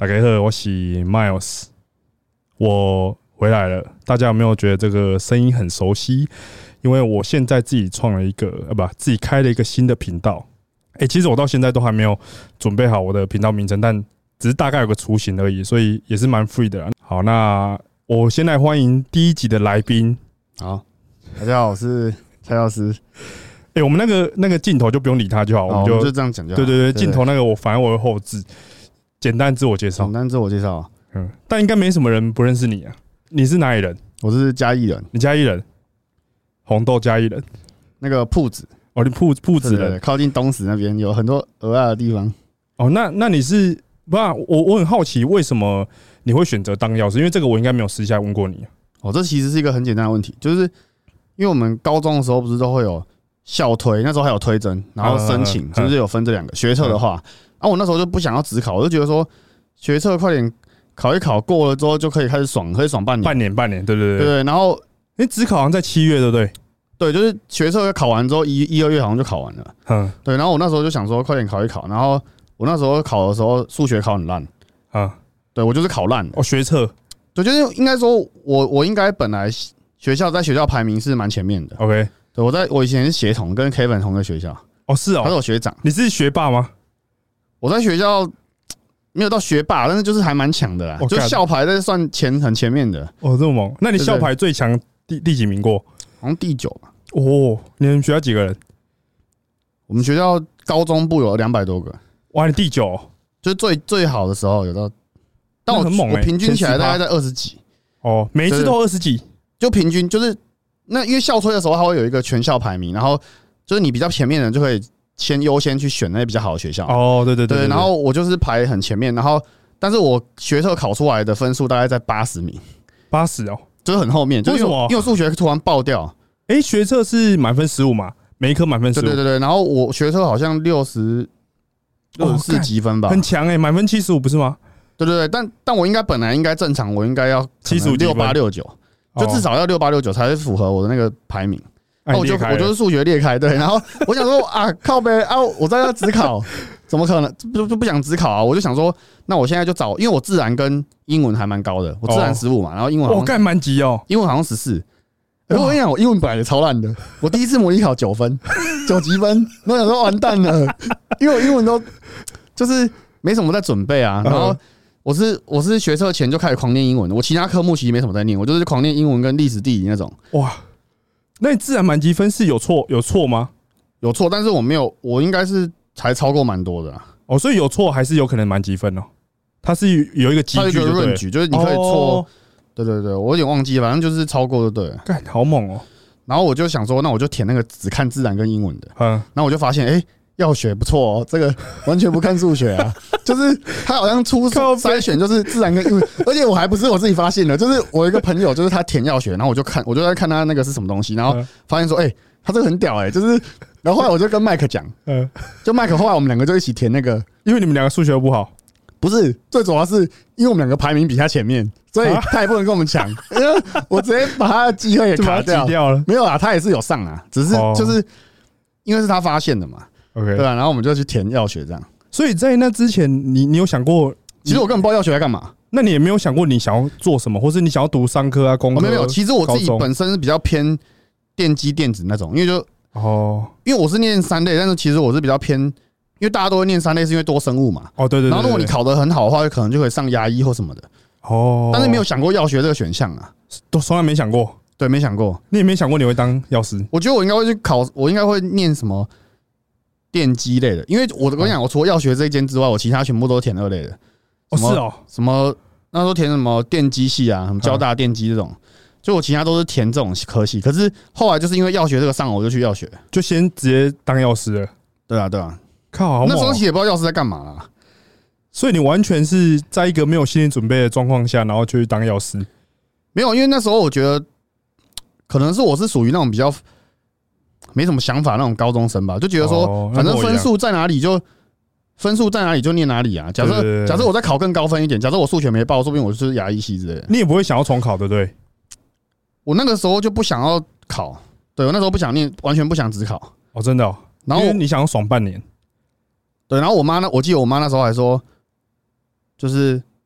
大家好，我是 Miles， 我回来了。大家有没有觉得这个声音很熟悉？因为我现在自己创了一个，自己开了一个新的频道。其实我到现在都还没有准备好我的频道名称，但只是大概有个雏形而已，所以也是蛮 free 的啦。好，那我先来欢迎第一集的来宾。 好，大家好，我是蔡老师。 我们那个镜头就不用理他就好，我们就这样讲就好。 对，镜头那个反正我会后置。简单自我介绍。但应该没什么人不认识你啊。你是哪里人？ 我是嘉义人。 你嘉义人？红豆嘉义人？ 那个朴子。 哦，你朴子人， 靠近东石那边有很多鹅啊的地方。 哦，那你是不然我很好奇，为什么你会选择当药师？因为这个我应该没有私下问过你。 哦，这其实是一个很简单的问题，就是因为我们高中的时候不是都会有校推，那时候还有推甄，然后申请，就是有分这两个。学测的话。我那时候就不想要指考，我就觉得说学测快点考一考，过了之后就可以开始爽，可以爽半年，对。然后指考好像在7月，对不对？ 对，就是学测考完之后1、2月好像就考完了。对。然后我那时候就想说快点考一考，然后我那时候考的时候数学考很烂对我就是考烂了。 学测， 对，就是应该说我应该本来在学校排名是蛮前面的。 OK， 对，我以前是协同，跟 Kevin 同个学校。 哦，是哦， 他是我学长。 你是学霸吗？ 我在学校没有到学霸，但是就是还蛮强的啦，就校排在算很前面的。 哦，这么猛！那你校排最强第几名过？ 好像第9吧。 哦，你们学校几个人？ 我们学校高中部有200多个。 哇，你第9， 就是最好的时候有到，但我很猛我平均起来大概在20几。 哦，每一次都20几， 就平均就是那因为校推的时候，它会有一个全校排名，然后就是你比较前面的人就可以优先去选那些比较好的学校。 哦，对。 然后我就是排很前面，然后但是我学测考出来的分数大概在80名。 80哦， 就是很后面。 为什么？ 因为数学突然爆掉。 学测是满分15嘛，每一科满分15。 对。然后我学测好像64积分吧， 很强满分75不是吗？ 对。但我本来应该正常，我应该要 75 68、69，就至少要68、69才符合我的那个排名。我就是数学裂开，对。然后我想说靠北我在那指考，怎么可能就不想指考啊？我就想说，那我现在就找，因为我自然跟英文还蛮高的，我自然15嘛，然后英文我干蛮急哦， 英文好像14。我跟你讲，我英文本来也超烂的，我第一次模拟考9分，9级分，我想说完蛋了，因为我英文都就是没什么在准备啊。然后我是学测前就开始狂念英文，我其他科目其实没什么在念，我就是狂念英文跟历史地理那种。 哇，那你自然满级分是有错吗？ 有错，但是我没有，我应该是才超过蛮多的啦。 哦，所以有错还是有可能满级分哦。它是有一个集距， 就是你可以错。对，我有点忘记，反正就是超过就对了。 干，好猛哦！ 然后我就想说，那我就填那个只看自然跟英文的。然后我就发现，药学不错哦，这个完全不看数学啊，就是他好像出筛选就是自然跟英文，而且我还不是我自己发现的，就是我有一个朋友，就是他填药学，然后我就在看他那个是什么东西，然后发现说，他这个很屌就是，然后后来我就跟麦克讲，就麦克后来我们2个就一起填那个， 因为你们2个数学不好。 不是，最主要是因为我们2个排名比他前面，所以他也不能跟我们抢。因为我直接把他的机会也卡掉了。 没有啊，他也是有上啊，只是就是因为是他发现的嘛。 OK， 对吧？然后我们就去填药学这样。 所以在那之前，你有想过？ 其实我根本不知道药学在干嘛。 那你也没有想过你想要做什么，或是你想要读商科啊、工科？ 没有。其实我自己本身是比较偏电机电子那种，因为因为我是念3类，但是其实我是比较偏。因为大家都会念3类，是因为多生物嘛。 对。 然后如果你考得很好的话，可能就可以上牙医或什么的。但是没有想过药学这个选项啊， 都从来没想过。 对，没想过。 你也没想过你会当药师？ 我觉得我应该会去考，我应该会念什么电机类的，因为我跟你讲，我除了药学这一间之外，我其他全部都填2类的。 是哦。 什么那时候填什么电机系啊，什么交大电机这种，就我其他都是填这种科系。可是后来就是因为药学这个上，我就去药学， 就先直接当药师了。 对啊。 靠， 那时候其实也不知道药师在干嘛啦， 所以你完全是在一个没有心理准备的状况下，然后就去当药师。 没有，因为那时候我觉得可能是我是属于那种比较没什么想法那种高中生吧，就觉得说反正分数在哪里就念哪里啊。假设我再考更高分一点，假设我数学没报，说不定我就是牙医系之类的。 你也不会想要重考，对不对？ 我那个时候就不想要考，对我那时候不想念，完全不想只考。 真的。然后你想要爽半年。 对，然后我记得我妈那时候还说，就是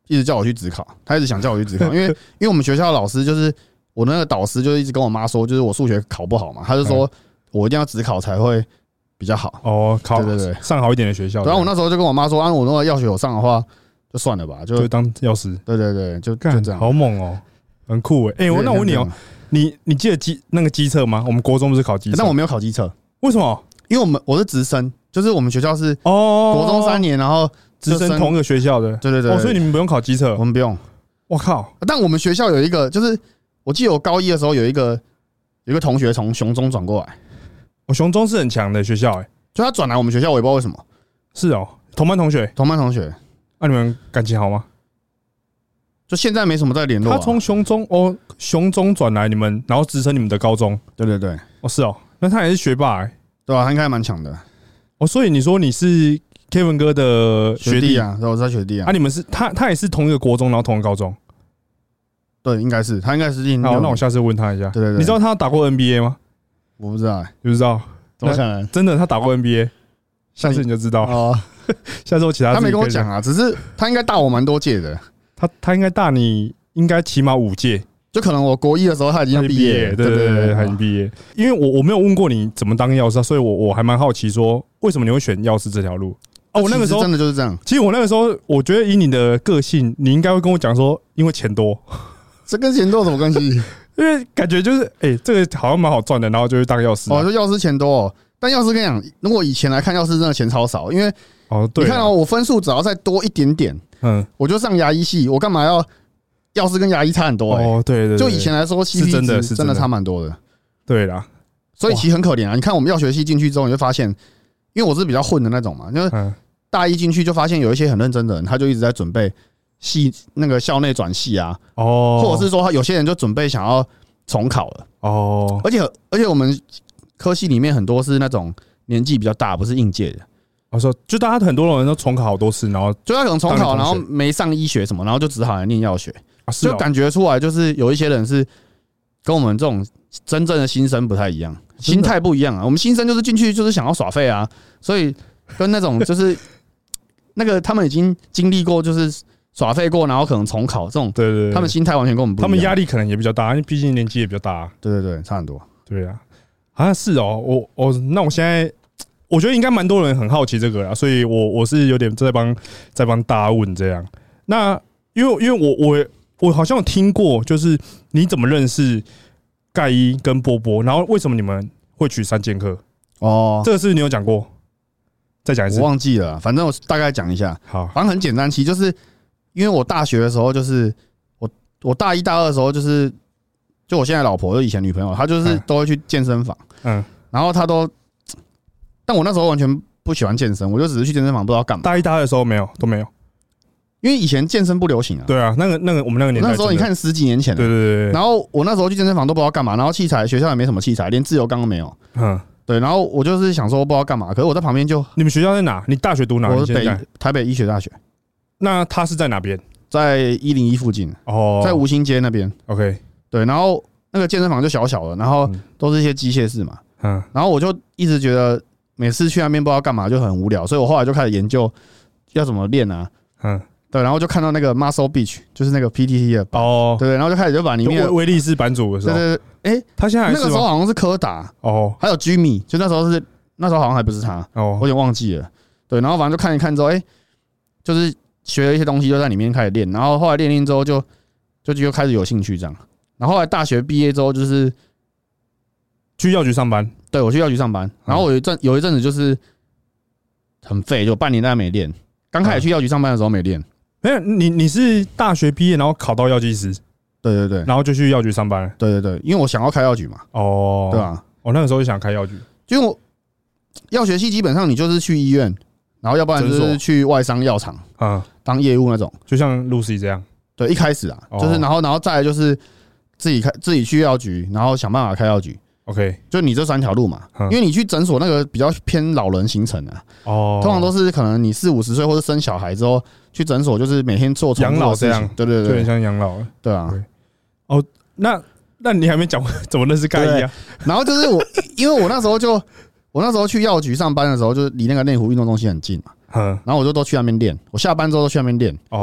一直叫我去指考，他一直想叫我去指考，因为我们学校的老师就是我那个导师，就一直跟我妈说，就是我数学考不好嘛，他就说我一定要指考才会比较好。 哦，考对上好一点的学校。 然后我那时候就跟我妈说，我如果药学有上的话，就算了吧， 就当药师。 对对对，就这样。 好猛哦，很酷哎！那我问你哦，你记得那个机测吗？我们国中不是考机测？ 但我没有考机测， 为什么？ 因为我是直升，就是我们学校是国中3年，然后直升同一个学校的。 对对对， 所以你们不用考机测， 我们不用。 我靠！ 但我们学校有一个，就是我记得我高一的时候有一个同学从雄中转过来。 我雄中是很强的学校哎， 就他转来我们学校，我也不知道为什么。 是哦，同班同学。 那你们感情好吗？ 就现在没什么在联络。 他从雄中转来你们，然后直升你们的高中。 对对对， 是哦，那他也是学霸哎， 对吧？他应该蛮强的。 所以你说你是 Kevin 哥的学弟啊？我是他学弟啊。 你们是他也是同一个国中，然后同一个高中。 对，应该是他应该是。 好，那我下次问他一下。 对对对， 你知道他打过 NBA 吗？ 我不知道， 你不知道？ 怎么可能？ 真的，他打过 NBA， 下次你就知道哦。下次我他没跟我讲啊，只是他应该大我蛮多届的。 他应该大你应该起码5届， 就可能我国一的时候他已经毕业。 对对对，他已经毕业。因为我没有问过你怎么当药师，所以我还蛮好奇说为什么你会选药师这条路。我那个时候真的就是这样。 其实我那个时候，我觉得以你的个性，你应该会跟我讲说，因为钱多。 这跟钱多有什么关系？ 因为感觉就是这个好像蛮好赚的，然后就去当药师。 说药师钱多哦，但药师跟你讲，如果以前来看，药师真的钱超少，因为对，你看我分数只要再多一点点，我就上牙医系，我干嘛要药师跟牙医差很多？ 对对， 就以前来说，CP 值真的差蛮多的。 对啦， 所以其实很可怜啊。你看我们药学系进去之后，你就发现，因为我是比较混的那种嘛，就是大一进去就发现有一些很认真的人，他就一直在准备系那个校内转系啊，或者是说有些人就准备想要重考了而且我们科系里面很多是那种年纪比较大，不是应届的。 说就大家很多人都重考好多次，然后就他可能重考，然后没上医学什么，然后就只好来念药学，就感觉出来就是有一些人是跟我们这种真正的新生不太一样，心态不一样啊。我们新生就是进去就是想要耍废啊，所以跟那种就是那个他们已经经历过就是耍废过，然后可能重考这种，对，他们心态完全跟我们不一样， 他们压力可能也比较大，因为毕竟年纪也比较大。 对对对，差很多。 对啊，好像是哦。那我现在我觉得应该蛮多人很好奇这个啦，所以我是有点在帮大家问这样。那因为我好像有听过，就是你怎么认识盖伊跟波波，然后为什么你们会取3剑客？这个是你有讲过？再讲一次， 我忘记了，反正我大概讲一下。 好， 反正很简单，其实就是因为我大学的时候，就是我大1、大2的时候，就我现在老婆，就以前女朋友，她就是都会去健身房，然后她都，但我那时候完全不喜欢健身，我就只是去健身房不知道干嘛。 大1、大2的时候都没有， 因为以前健身不流行啊。 对啊，那个我们那个年代， 那时候你看10几年前， 对。 然后我那时候去健身房都不知道干嘛，然后器材学校也没什么器材，连自由钢都没有。对，然后我就是想说不知道干嘛，可是我在旁边就， 你们学校在哪？你大学读哪？ 我是台北医学大学。 那他是在哪边？ 在101附近在吴兴街那边。 OK， 对，然后那个健身房就小小的，然后都是一些机械式嘛。然后我就一直觉得每次去那边不知道干嘛就很无聊，所以我后来就开始研究要怎么练啊。对，然后就看到那个 Muscle Beach， 就是那个 PTT 的对，然后就开始就把里面威力士版主的时候， 对， 他现在那个时候好像是柯达还有 Jimmy， 就那时候好像还不是他我有点忘记了。对，然后反正就看一看之后，就是学了一些东西，就在里面开始练，然后后来练之后就开始有兴趣这样。然后后来大学毕业之后就是去药局上班， 对，我去药局上班，然后我有一阵子就是很废，就半年大概没练。刚开始去药局上班的时候没练。 没有，你是大学毕业然后考到药剂师， 对， 然后就去药局上班了。 对，因为我想要开药局嘛。对吧？ 我那个时候就想开药局， 因为我药学系基本上你就是去医院，然后要不然就是去外商药厂当业务那种， 就像 Lucy 这样。 对，一开始啊，就是然后再来就是自己去药局，然后想办法开药局。 OK， 就你这3条路嘛，因为你去诊所那个比较偏老人行程啊，通常都是可能你40、50岁或者生小孩之后去诊所，就是每天做养老这样， 对， 就很像养老， 对啊。 那你还没讲怎么认识盖伊啊？ 然后就是因为我那时候去药局上班的时候，就是离那个内湖运动中心很近嘛，然后我就都去那边练，我下班之后都去那边练。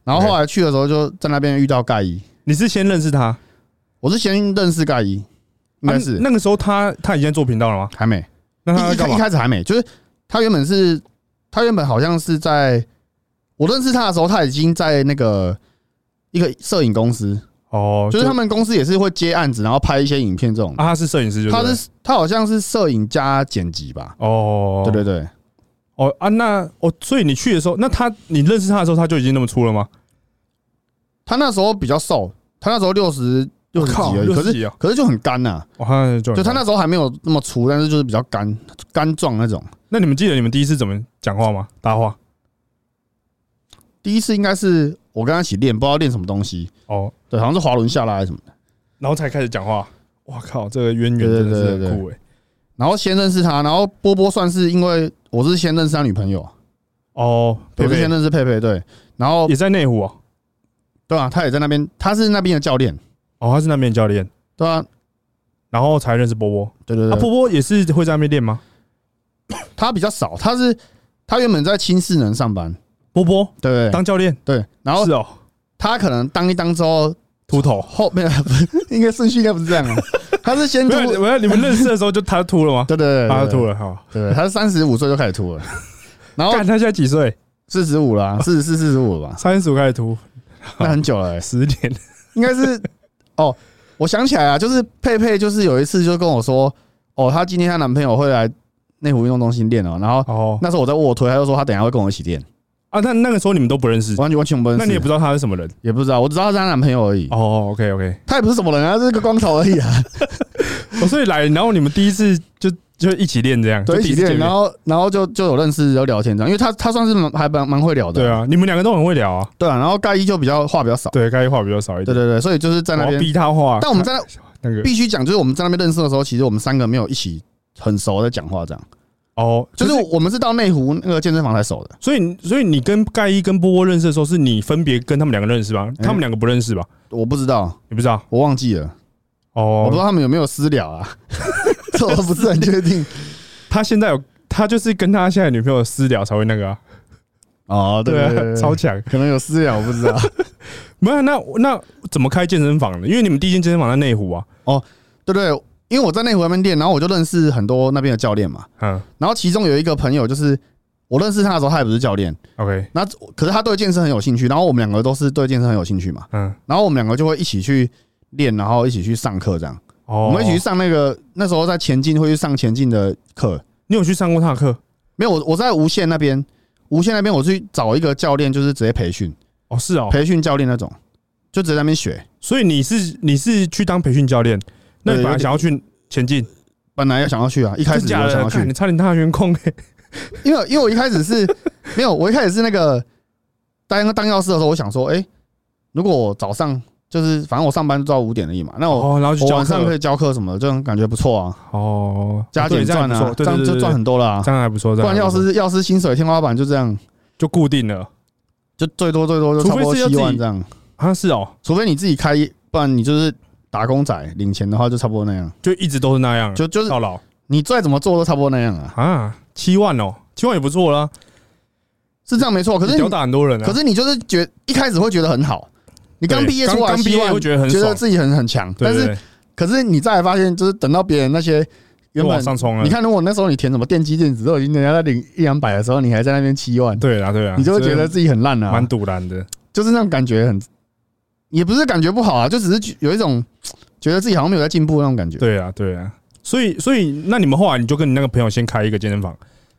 然后后来去的时候就在那边遇到盖伊。 你是先认识他？ 我是先认识盖伊，应该是、 那个时候他已经在做频道了吗？ 还没。 那他一开始还没，就是他原本好像是在我认识他的时候，他已经在那个一个摄影公司。哦，就是他们公司也是会接案子，然后拍一些影片这种。 啊，他是摄影师， 他好像是摄影加剪辑吧？哦，对对对。 哦啊，所以你去的时候，你认识他的时候，他就已经那么粗了吗？ 他那时候比较瘦，他那时候60几而已，可是就很干呐。就他那时候还没有那么粗，但是就是比较干壮那种。 那你们记得你们第一次怎么讲话吗？搭话？ 第一次应该是我跟他一起练，不知道练什么东西。哦，对，好像是滑轮下拉还是什么的， 然后才开始讲话。哇靠，这个渊源真的是很酷欸。 然后先认识他，然后波波算是因为我是先认识他女朋友。哦，我是先认识佩佩，对，然后也在内湖哦。 对啊，他也在那边，他是那边的教练。 哦，他是那边的教练。 对啊， 然后才认识波波。 对对对。 波波也是会在那边练吗？ 他比较少，他原本在轻势能上班。 波波对， 当教练对，然后是哦， 他可能当一当之后秃头， 后面应该顺序应该不是这样啊。他是先秃， 你们认识的时候就他秃了吗？ 对对对， 他秃了，好， 对，他是35岁就开始秃了。然后他现在几岁 ？45啦，44、45吧。 35开始秃， 那很久了 ，10年， 应该是哦。我想起来啊，就是佩佩，就是有一次就跟我说，哦，她今天她男朋友会来内湖运动中心练哦，然后那时候我在卧推，他就说他等一下会跟我一起练。啊， 那个时候你们都不认识， 完全不认识。 那你也不知道他是什么人， 也不知道，我只知道他是她男朋友而已。 哦 ，OK， 他也不是什么人啊，就是个光头而已啊。 所以然后你们第一次就一起练这样， 对，一起练，然后就有认识，有聊天这样，因为他算是还蛮会聊的。 对啊，你们两个都很会聊啊。 对啊，然后盖伊就话比较少。 对，盖伊话比较少一点。 对，所以就是在那边逼他话。 但我们在那个必须讲，就是我们在那边认识的时候，其实我们3个没有一起很熟的讲话这样。哦，就是我们是到内湖那个健身房才熟的。 所以你跟盖伊跟波波认识的时候，是你分别跟他们两个认识吧？他们两个不认识吧？ 我不知道， 你不知道， 我忘记了。哦，我不知道他们有没有私聊啊，这我不是很确定。 他就是跟他现在女朋友私聊才会那个啊。哦，对，超强， 可能有私聊，我不知道。 没有，那怎么开健身房呢？因为你们第一间健身房在内湖啊。 哦，对，因为我在内湖那边练，然后我就认识很多那边的教练嘛。嗯。然后其中有一个朋友，就是我认识他的时候，他也不是教练。OK。那可是他对健身很有兴趣，然后我们两个都是对健身很有兴趣嘛。嗯。然后我们两个就会一起去练，然后一起去上课这样。哦。我们一起去上那时候在前进会去上前进的课。 你有去上过他的课？ 没有，我在无线那边我去找一个教练，就是直接培训。 哦，是哦， 培训教练那种，就直接在那边学。 所以你是去当培训教练？那你本来想要去前进？ 本来想要去啊，一开始就想要去。 你差点大员工因为我一开始是没有，我一开始是那个当药师的时候，我想说，如果我早上。就是反正我上班就到5点而已嘛，那我晚上可以教课什么的，这样感觉不错啊。哦，加减赚啊，这样就赚很多了啊， 这样还不错。 不然药师薪水天花板就这样就固定了， 就最多就差不多7万这样啊。是哦， 除非你自己开，不然你就是打工仔领钱的话，就差不多那样， 就一直都是那样， 就是到老。 你再怎么做都差不多那样啊。 啊，7万哦，7万也不错啦， 是这样没错。可是屌打很多人啊， 可是你就是一开始会觉得很好。你刚毕业出来 7万会觉得自己很强，但是可是你再来发现，就是等到别人那些原本上冲了， 你看如果那时候你填什么电机电子都已经人家在领100-200的时候，你还在那边7万， 对啊， 你就会觉得自己很烂啊， 蛮堵烂的， 就是那种感觉也不是感觉不好啊，就只是有一种觉得自己好像没有在进步那种感觉。 对啊，所以那你们后来你就跟你那个朋友先开一个健身房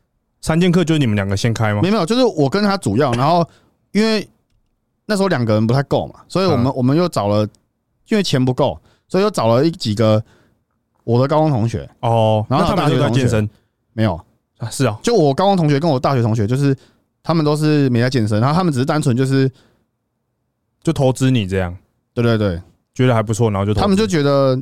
，3节课就是你们两个先开吗？ 没有，就是我跟他主要，然后因为。那时候2个人不太够嘛，所以我们又找了，因为钱不够，所以又找了几个我的高中同学哦，然后他们就在健身没有啊？是啊， 就我高中同学跟我大学同学，就是他们都是没在健身，然后他们只是单纯就投资你这样， 对， 觉得还不错，然后他们就觉得。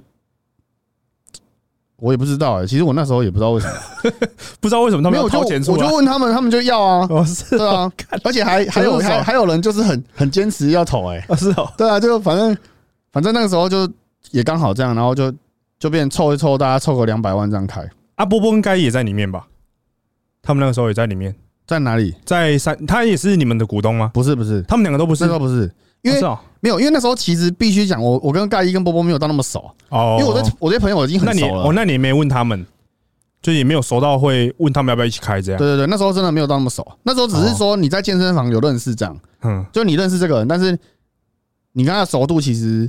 我也不知道其实我那时候也不知道为什么， 不知道为什么他们要掏钱出来， 我就问他们，他们就要啊，对啊，而且还有人就是很坚持要投是哦， 对啊，就反正那个时候就也刚好这样，然后就变成凑一凑，大家凑个200万这样开。 啊，波波跟盖伊也在里面吧？他们那个时候也在里面， 在哪里？ 在他也是你们的股东吗？ 不是不是， 他们两个都不是， 那时候不是，因为没有，因为那时候其实必须讲，我跟盖伊跟波波没有到那么熟哦，因为我这些朋友已经很熟了。 那你没问他们，就也没有熟到会问他们要不要一起开这样。 对对对，那时候真的没有到那么熟，那时候只是说你在健身房有认识这样，就你认识这个人，但是你跟他的熟度其实。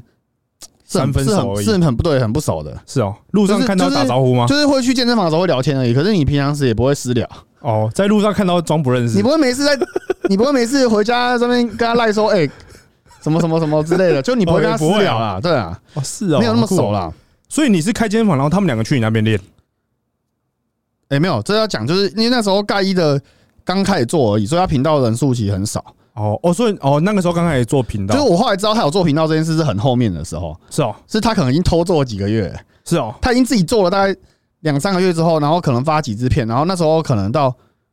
3分熟而已， 是很不对，很不熟的。 是哦，路上看到打招呼吗？ 就是会去健身房的时候会聊天而已。可是你平常时也不会私聊哦，在路上看到装不认识。 你不会没事回家这边跟他赖说，什么什么什么之类的，就你不会跟他私聊啦，对啊， 哦是哦， 没有那么熟啦。 所以你是开健身房，然后他们两个去你那边练？ 没有，这要讲就是因为那时候盖伊的刚开始做而已，所以他频道人数其实很少。 所以那个时候刚开始做频道， 就是我后来知道他有做频道这件事是很后面的时候，是他可能已经偷做了几个月，他已经自己做了大概2-3个月之后，然后可能发几支片，然后那时候可能到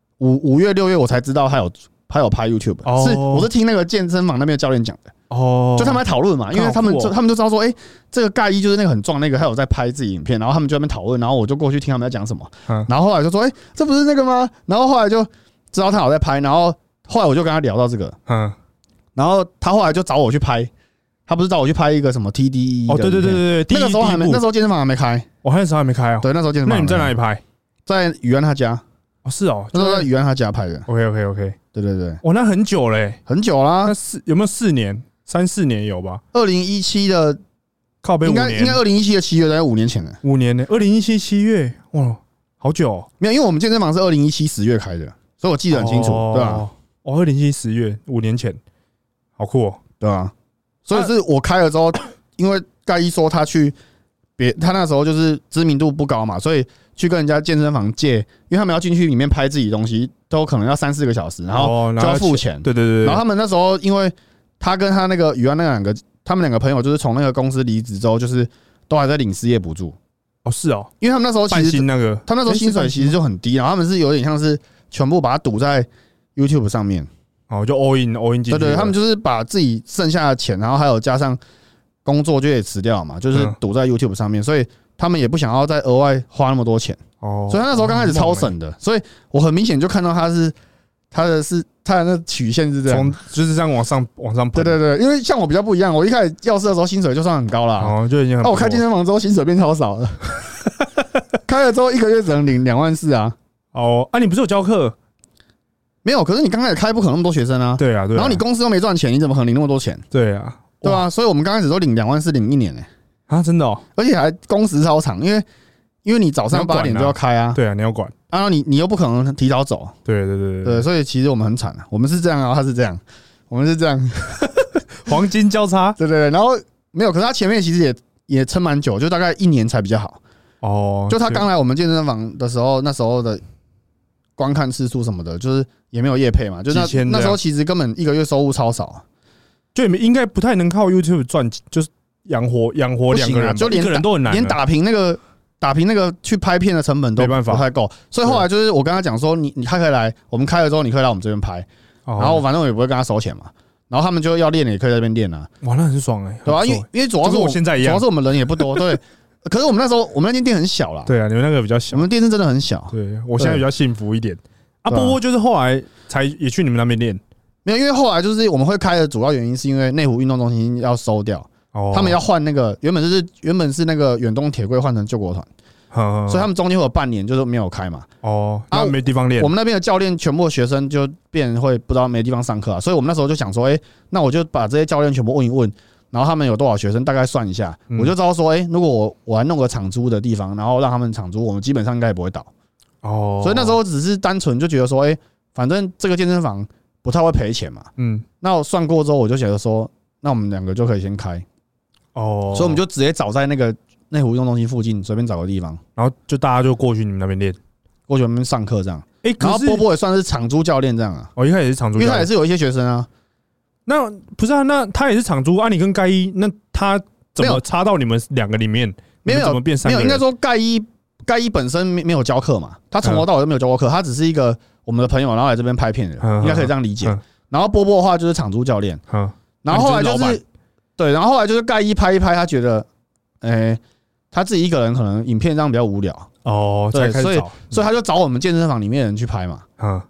5月6月我才知道他有拍 YouTube，我是听那个健身房那边的教练讲的，就他们在讨论嘛，因为他们就知道说，这个盖伊就是那个很壮那个，他有在拍自己影片，然后他们就在那边讨论，然后我就过去听他们在讲什么，然后后来就说，这不是那个吗？然后后来就知道他有在拍，然后后来我就跟他聊到这个，然后他后来就找我去拍，他不是找我去拍一个什么 TDE 的， 对， 那个时候那时候健身房还没开， 那时候还没开哦， 对，那时候健身房。 那你们在哪里拍？ 在宇安他家， 是哦， 那时候在宇安他家拍的。 OK， 对对对， 那很久嘞， 很久啦， 那有没有4年？3-4年有吧 ？2017的靠北5年， 应该2017的7月，大概5年前了。 5年呢？2017 7月，哇，好久哦。 没有，因为我们健身房是2017 10月开的，所以我记得很清楚，对吧 ？2017 10月，5年前，好酷哦， 对吧？所以是我开了之后，因为盖伊说他那时候就是知名度不高嘛，所以去跟人家健身房借，因为他们要进去里面拍自己东西，都可能要3-4个小时，然后就要付钱。 对。 然后他们那时候，因为他跟他那个宇安他们两个朋友，就是从那个公司离职之后，就是都还在领失业补助。 是哦， 因为他们那时候其实他们那时候薪水其实就很低，然后他们是有点像是全部把它赌在 YouTube 上面。 就 all in 进去。 对，他们就是把自己剩下的钱，然后还有加上工作就也辞掉嘛，就是赌在 YouTube 上面，所以他们也不想要再额外花那么多钱。所以他那时候刚开始超省的，所以我很明显就看到他的那曲线是这样， 就是这样往上跑。 对，因为像我比较不一样，我一开始要试的时候薪水就算很高啦， 就已经很。 我开健身房之后薪水变超少了，开了之后1个月只能领2.4万啊。 你不是有教课？ 没有，可是你刚开始开不可能那么多学生啊。 对啊。 然后你公司又没赚钱，你怎么可能领那么多钱？ 对啊， 对啊，所以我们刚开始都领2.4万，领1年真的哦， 而且还工时超长，因为你早上8点就要开啊。 对啊，你要管， 然后你又不可能提早走。 对， 所以其实我们很惨啊，我们是这样，然后他是这样，我们是这样， 黄金交叉。 对，然后没有，可是他前面其实也撑蛮久，就大概1年才比较好。就他刚来我们健身房的时候，那时候的观看次数什么的，就是也没有业配嘛，就那时候其实根本1个月收入超少， 就你们应该不太能靠 YouTube 赚，就是养活2个人， 就 1个人都很难， 连打平那个去拍片的成本都不太够，所以后来就是我跟他讲说，他可以来，我们开了之后你可以来我们这边拍，然后反正我也不会跟他收钱嘛，然后他们就要练也可以在这边练啊， 哇，那很爽对吧？因为主要是我现在一样， 主要是我们人也不多，对。可是我们那间店很小啦， 对啊，你们那个比较小， 我们店是真的很小， 对我现在比较幸福一点。波波就是后来才也去你们那边练， 没有，因为后来就是我们会开的主要原因是因为内湖运动中心要收掉，他们要换那个原本是那个远东铁柜换成救国团，所以他们中间会有半年就是没有开嘛。 那没地方练。 我们那边的教练全部的学生就变会不知道没地方上课啊，所以我们那时候就想说，那我就把这些教练全部问一问，然后他们有多少学生，大概算一下，我就知道说，如果我来弄个场租的地方，然后让他们场租，我们基本上应该也不会倒。所以那时候只是单纯就觉得说，反正这个健身房不太会赔钱嘛。那我算过之后，我就觉得说，那我们2个就可以先开。所以我们就直接找在那个内湖运动中心附近，随便找个地方， 然后就大家就过去你们那边练， 过去我们那边上课这样。然后波波也算是场租教练这样啊。 一开始也是场租教练， 因为他也是有一些学生啊。 那不是啊？那他也是场租啊？你跟盖伊，那他怎么插到你们2个里面？ 没有， 怎么变3个人？ 没有，应该说盖伊本身没有教课嘛，他从头到尾都没有教过课，他只是一个我们的朋友，然后来这边拍片的，应该可以这样理解。然后波波的话就是场租教练，然后后来就是对，然后后来就是盖伊拍一拍，他觉得，他自己一个人可能影片这样比较无聊， 对， 所以他就找我们健身房里面的人去拍嘛。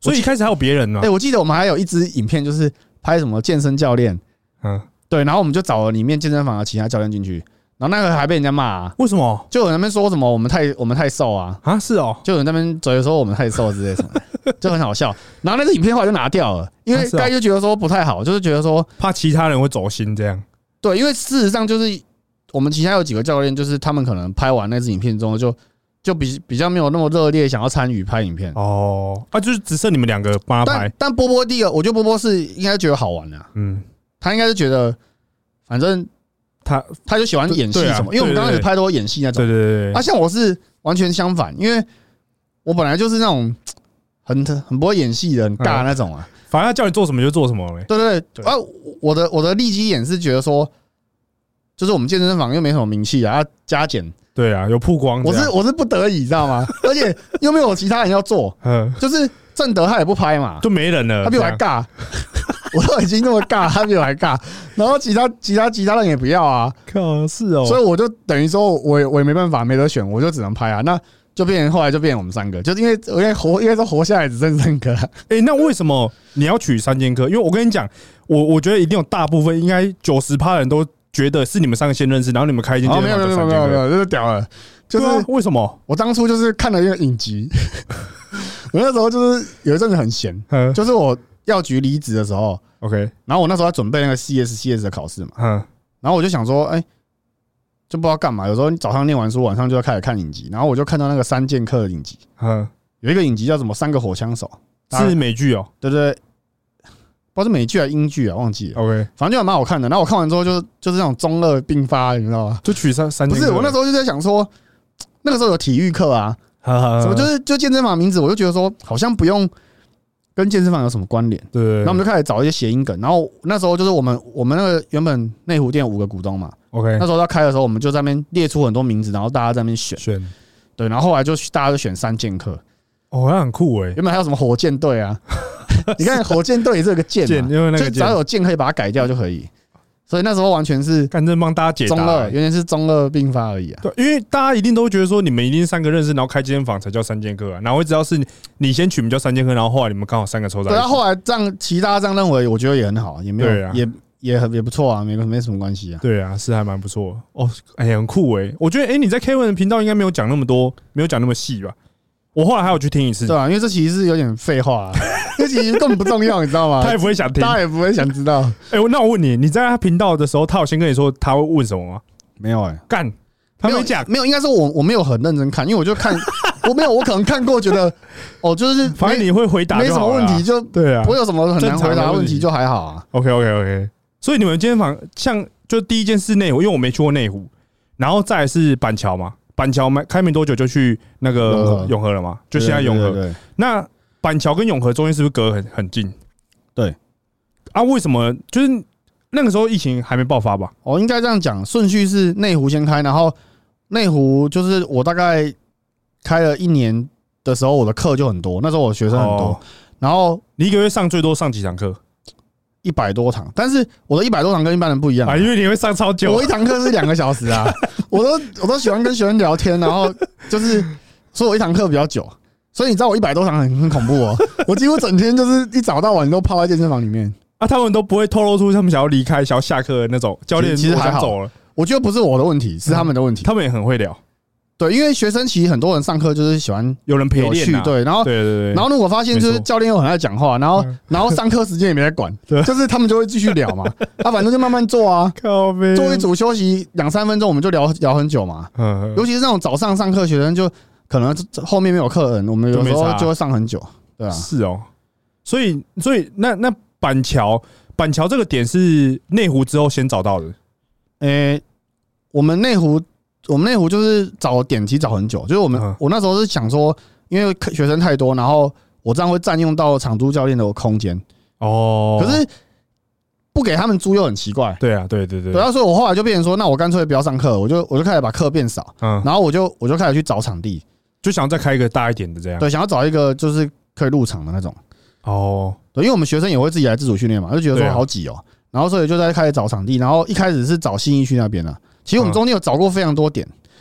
所以一开始还有别人呢。 我记得我们还有一支影片，就是拍什么健身教练，对，然后我们就找了里面健身房的其他教练进去，然后那个还被人家骂啊， 为什么？ 就有人那边说什么我们太瘦啊， 是哦， 就有人那边嘴说我们太瘦之类什么的，就很好笑。然后那个影片后来就拿掉了，因为该就觉得说不太好，就是觉得说怕其他人会走心这样。 对，因为事实上就是我们其他有几个教练，就是他们可能拍完那支影片之后就比较没有那么热烈想要参与拍影片就是只剩你们2个帮他拍。 但波波第一个，我觉得波波是应该觉得好玩的，他应该是觉得反正他就喜欢演戏什么，因为我们刚开始拍都演戏那种， 对。 像我是完全相反，因为我本来就是那种很不会演戏的，很尬那种啊。 反正他叫你做什么就做什么。 对。我的立基点是觉得说，就是我们健身房又没什么名气啊，要加减。 对啊，有曝光。 我是不得已，知道吗？而且又没有其他人要做，就是正德他也不拍嘛， 就没人了， 他比我还尬。我都已经那么尬，他比我还尬，然后其他人也不要啊， 靠，是哦， 所以我就等于说我也没办法，没得选，我就只能拍啊。那就后来就变成我们3个，就是因为应该说活下来只剩3个。 那为什么你要取3剑客？因为我跟你讲，我觉得一定有大部分应该90%人都觉得是你们3个先认识，然后你们开一间健身房。 没有，这是屌了。就是为什么？ 我当初就是看了一个影集，我那时候就是有一阵子很闲，就是我药局离职的时候 ，OK， 然后我那时候在准备那个 CS 的考试嘛，然后我就想说，就不知道干嘛，有时候你早上念完书，晚上就要开始看影集，然后我就看到那个3剑客的影集，有一个影集叫什么3个火枪手， 是美剧哦， 对，不知道是美剧还是英剧啊，忘记了 ，OK， 反正就蛮好看的。然后我看完之后就是那种中二并发，你知道吗？ 就取3剑客。 不是，我那时候就在想说，那个时候有体育课啊，什么就健身房名字，我就觉得说好像不用跟健身房有什么关联，对。然后我们就开始找一些谐音梗，然后那时候就是我们那个原本内湖店5个股东嘛 ，OK， 那时候要开的时候，我们就在那边列出很多名字，然后大家在那边选，对，然后后来就大家就选3剑客， 那很酷原本还有什么火箭队啊，你看火箭队也是有个箭嘛，就只要有箭可以把它改掉就可以。所以那时候完全是干正帮大家解答， 中二，原来是中二并发而已啊。 对，因为大家一定都觉得说你们一定3个认识，然后开健身房才叫3剑客啊，哪会知道是你先取名叫3剑客，然后后来你们刚好3个凑在一起。 对，后来这样，其他这样认为，我觉得也很好，也没有，也不错啊，没什么关系啊。 对啊，是还蛮不错哦，很酷我觉得你在 Kevin 的频道应该没有讲那么多，没有讲那么细吧？我后来还有去听一次， 对啊，因为这其实是有点废话，因为其实根本不重要，你知道吗？ 他也不会想听， 大家也不会想知道。 那我问你，你在他频道的时候，他有先跟你说他会问什么吗？ 没有干，他没讲， 没有，应该说我没有很认真看，因为我就看，我可能看过，觉得就是反正你会回答， 没什么问题，就对啊， 不会有什么很难回答的问题，就还好啊。 OK， 所以你们健身房像就第一件是内湖，因为我没去过内湖，然后再来是板桥嘛。板桥开没多久就去那个永和了嘛，就现在永和。对，那板桥跟永和中间是不是隔很近？ 对。 为什么？就是那个时候疫情还没爆发吧？ 应该这样讲，顺序是内湖先开，然后内湖就是我大概开了1年的时候，我的课就很多，那时候我学生很多，然后你1个月最多上几堂课 ？100多堂，但是我的100多堂跟一般人不一样因为你会上超久。 我1堂课是2个小时啊，我都喜欢跟学生聊天，然后就是所以我1堂课比较久，所以你知道我100多堂很恐怖哦，我几乎整天就是一早到晚都泡在健身房里面他们都不会透露出他们想要离开、想要下课的那种教练， 其实还好走了。 我觉得不是我的问题，是他们的问题。 他们也很会聊。 对，因为学生其实很多人上课就是喜欢有人陪练， 对，然后对， 然后如果发现就是教练又很爱讲话，然后上课时间也没在管，就是他们就会继续聊嘛，反正就慢慢做啊，做一组休息2-3分钟，我们就聊很久嘛。尤其是那种早上上课学生，就可能后面没有客人，我们有时候就会上很久，对啊， 是哦。所以那板桥这个点是内湖之后先找到的。 我们内湖就是找点，其实找很久。就是我那时候是想说，因为学生太多，然后我这样会占用到场租教练的空间。可是不给他们租又很奇怪。 对啊，对。 所以我后来就变成说，那我干脆不要上课，我就开始把课变少。然后我就开始去找场地， 就想要再开一个大一点的这样。 对，想要找一个就是可以入场的那种。对，因为我们学生也会自己来自主训练嘛，就觉得说好挤哦。然后所以就在开始找场地，然后一开始是找信义区那边啊。其实我们中间有找过非常多点，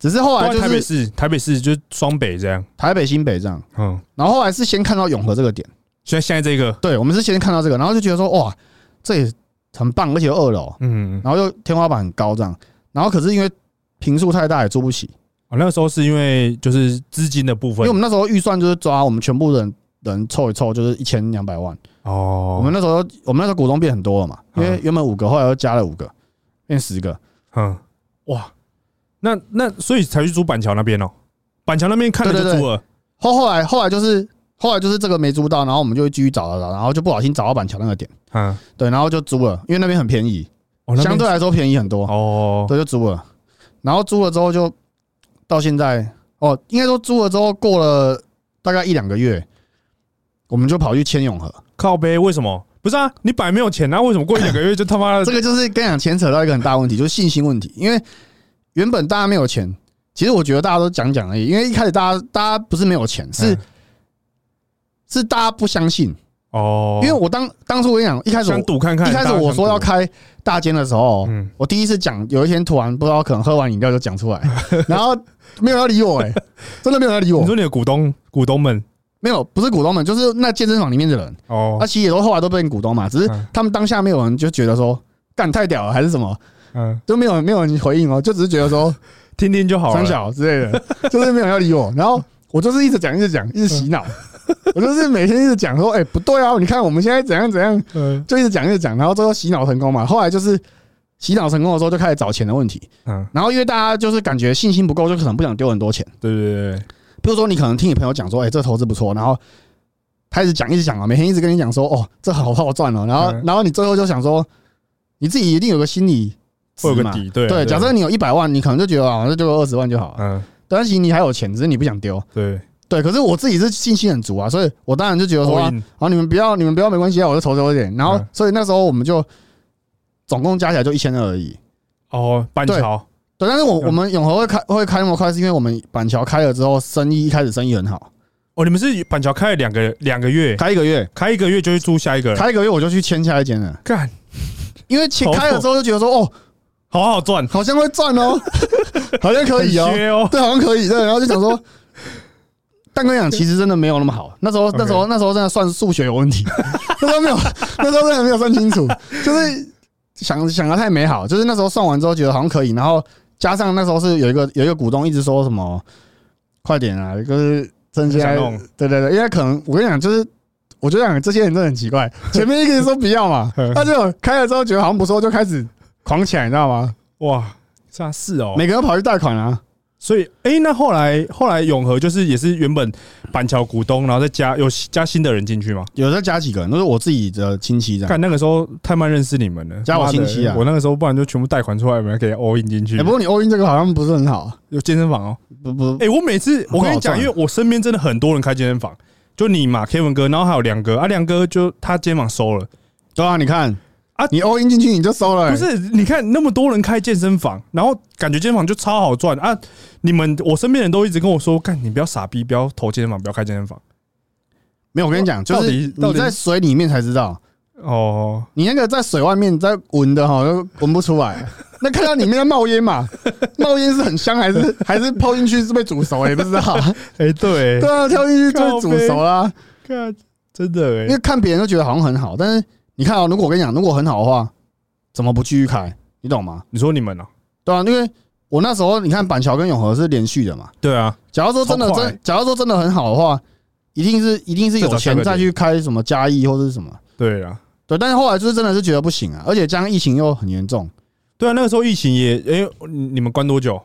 只是后来就是台北市就是双北这样， 台北新北这样。然后后来是先看到永和这个点， 现在这个， 对，我们是先看到这个，然后就觉得说哇，这也很棒，而且有2楼，然后又天花板很高这样，然后可是因为坪数太大也租不起。 那个时候是因为就是资金的部分， 因为我们那时候预算就是抓我们全部人凑一凑就是1200万。我们那时候股东变很多了嘛，因为原本5个，后来又加了5个，变10个。 哇，那所以才去租板桥那边哦。板桥那边看了就租了。 后来就是这个没租到，然后我们就继续找，然后就不小心找到板桥那个点。对，然后就租了，因为那边很便宜，相对来说便宜很多。对，就租了。然后租了之后就到现在，应该说租了之后过了大概1-2个月，我们就跑去签永和。 靠北，为什么？不是啊，你本来没有钱啊，为什么过1-2个月就他妈的？ 这个就是跟你讲牵扯到一个很大问题，就是信心问题。因为原本大家没有钱，其实我觉得大家都讲而已。因为一开始大家不是没有钱，是大家不相信。因为我当初我跟你讲，一开始想赌看看， 一开始我说要开大间的时候，我第一次讲，有一天突然不知道可能喝完饮料就讲出来，然后没有人要理我，真的没有人要理我。 你说你的股东们没有，不是股东们，就是那健身房里面的人。其实也都后来都变股东嘛，只是他们当下没有人就觉得说干太屌了还是什么，就没有人回应就只是觉得说听听就好了， 三小之类的，就是没有人要理我，然后我就是一直讲，一直洗脑。我就是每天一直讲说，不对啊，你看我们现在怎样，就一直讲，然后最后洗脑成功嘛。后来就是洗脑成功的时候，就开始找钱的问题。然后因为大家就是感觉信心不够，就可能不想丢很多钱。 对。 比如说你可能听你朋友讲说，这投资不错，然后他一直讲啊，每天一直跟你讲说，这好好赚哦。然后你最后就想说，你自己一定有个心理会有个底，对。 假设你有100万，你可能就觉得那就20万就好了。但是你还有钱，只是你不想丢。对，可是我自己是信心很足啊，所以我当然就觉得说，你们不要没关系啊，我就投多一点。然后，所以那时候我们就总共加起来就1200而已。 板桥。 对，但是我们永和会开那么快，是因为我们板桥开了之后，一开始生意很好。 你们是板桥开了两个月， 开1个月就去租下一个， 开1个月我就去签下一间了。 干， 因为开了之后就觉得说， 好好赚， 好像会赚哦，好像可以哦，对，好像可以，对，然后就想说。但跟你讲，其实真的没有那么好。那时候真的算数学有问题，那时候真的没有算清楚，就是想的太美好。就是那时候算完之后觉得好像可以，然后加上那时候是有一个股东一直说什么快点啊，就是趁现在，对，因为可能我跟你讲，就是我觉得这些人真的很奇怪，前面一个人说不要嘛，他就开了之后觉得好像不错，就开始狂起来，你知道吗？ 哇，是哦， 每个人跑去贷款啊。 所以，那后来永和就是也是原本板桥股东，然后再有加新的人进去吗？ 有再加几个人，都是我自己的亲戚这样。 干那个时候太慢认识你们了， 加我亲戚啊！ 我那个时候不然就全部贷款出来，我们可以 all in 进去。 不过你 all in 这个好像不是很好， 有健身房哦。 不， 我每次我跟你讲，因为我身边真的很多人开健身房，就你嘛 ，Kevin 哥，然后还有梁哥梁哥就他健身房收了， 对啊，你看。你 all in 进去你就收了， 不是？你看那么多人开健身房，然后感觉健身房就超好赚啊！我身边人都一直跟我说，干你不要傻逼，不要投健身房，不要开健身房。 没有，我跟你讲，就是你在水里面才知道你那个在水外面在闻的就闻不出来。那看到里面在冒烟嘛，冒烟是很香还是泡进去是被煮熟也不知道。对啊，跳进去就煮熟啦。 看，真的因为看别人都觉得好像很好，但是。你看如果我跟你讲，如果很好的话，怎么不继续开？你懂吗？ 你说你们对啊，因为我那时候你看板桥跟永和是连续的嘛。 对啊， 假如说真的很好的话，一定是有钱再去开什么嘉义或者是什么。 对啊， 对，但是后来就是真的是觉得不行啊，而且加上疫情又很严重。 对啊，那个时候疫情也你们关多久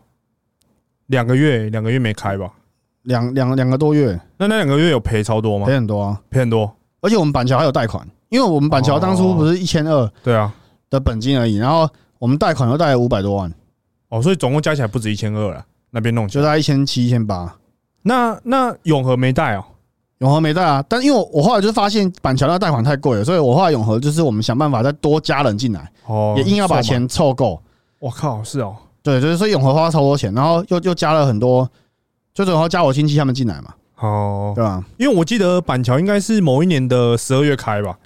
？2个月没开吧？ 两个多月。 那2个月有赔超多吗？ 赔很多啊， 赔很多。 而且我们板桥还有贷款。因为我们板桥当初不是1200 对啊的本金而已，然后我们贷款又贷了500多万所以总共加起来不止1200了，那边弄起来就大概1700、1800。 那永和没贷永和没贷啊，但因为我后来就发现板桥那贷款太贵了，所以我后来永和就是我们想办法再多加人进来，也硬要把钱凑够。 我靠，是哦， 对，就是所以永和花超多钱，然后又加了很多，就然后加我亲戚他们进来嘛，对吧？ 因为我记得板桥应该是某一年的12月开吧。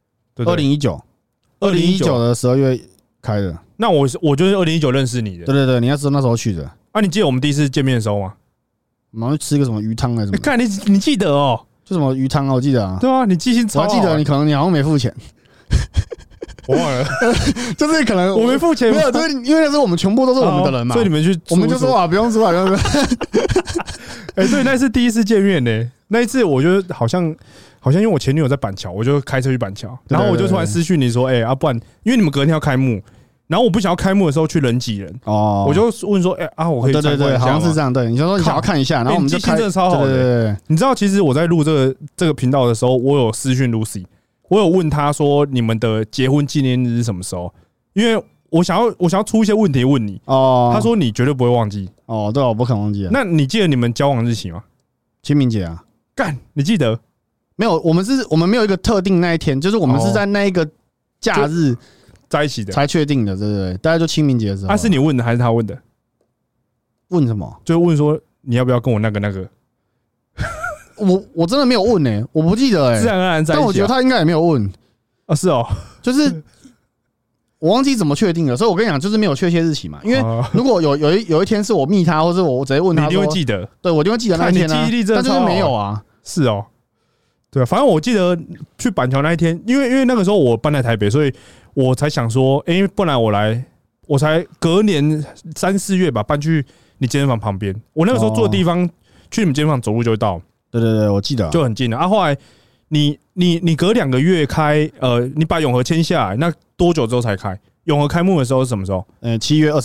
2019的12月开的。 那我就是2019认识你的。 对，你要知道那时候去的啊，你记得我们第一次见面的时候吗？ 我们去吃个什么鱼汤还是什么？ 看你记得哦， 就什么鱼汤啊，我记得啊。 对啊，你记性超好。 我还记得你可能你好像没付钱。 我忘了， 就是可能我没付钱， 没有，就是因为那时候我们全部都是我们的人嘛， 所以你们去， 我们就说啊，不用出来，不用出来。 哎，对，那是第一次见面呢。那一次我觉得好像因为我前女友在板桥，我就开车去板桥，然后我就突然私讯你说，哎，不然因为你们隔天要开幕，然后我不想要开幕的时候去人挤人哦，我就问说，哎我可以参观一下吗？ 对，好像是这样，对，你就说你想要看一下，然后我们就开， 真的超好的。对，你知道其实我在录这个频道的时候，我有私讯 Lucy。我有问他说：“你们的结婚纪念日是什么时候？”因为我想要出一些问题问你。哦，他说你绝对不会忘记。 哦，对，我不可能忘记。 那你记得你们交往日期吗？ 清明节啊！ 干，你记得？ 没有，我们没有一个特定那一天，就是我们是在那一个假日在一起的才确定的，对不对？大概就清明节的时候。 是你问的还是他问的？ 问什么？ 就问说你要不要跟我那个。 我真的没有问我不记得自然而然在一起。 但我觉得他应该也没有问啊，是哦， 就是我忘记怎么确定了，所以我跟你讲，就是没有确切日期嘛。因为如果有一天是我密他，或是我直接问他， 你一定会记得。 对，我一定会记得那一天啊。 记忆力真的但就是没有啊。 是哦，对，反正我记得去板桥那一天，因为那个时候我搬来台北，所以我才想说，不然我才隔年3、4月吧，搬去你健身房旁边。我那个时候住的地方，去你们健身房走路就会到。 对，我记得就很近了啊。后来你隔2个月开，你把永和签下来，那多久之后才开？永和开幕的时候是什么时候 ？7月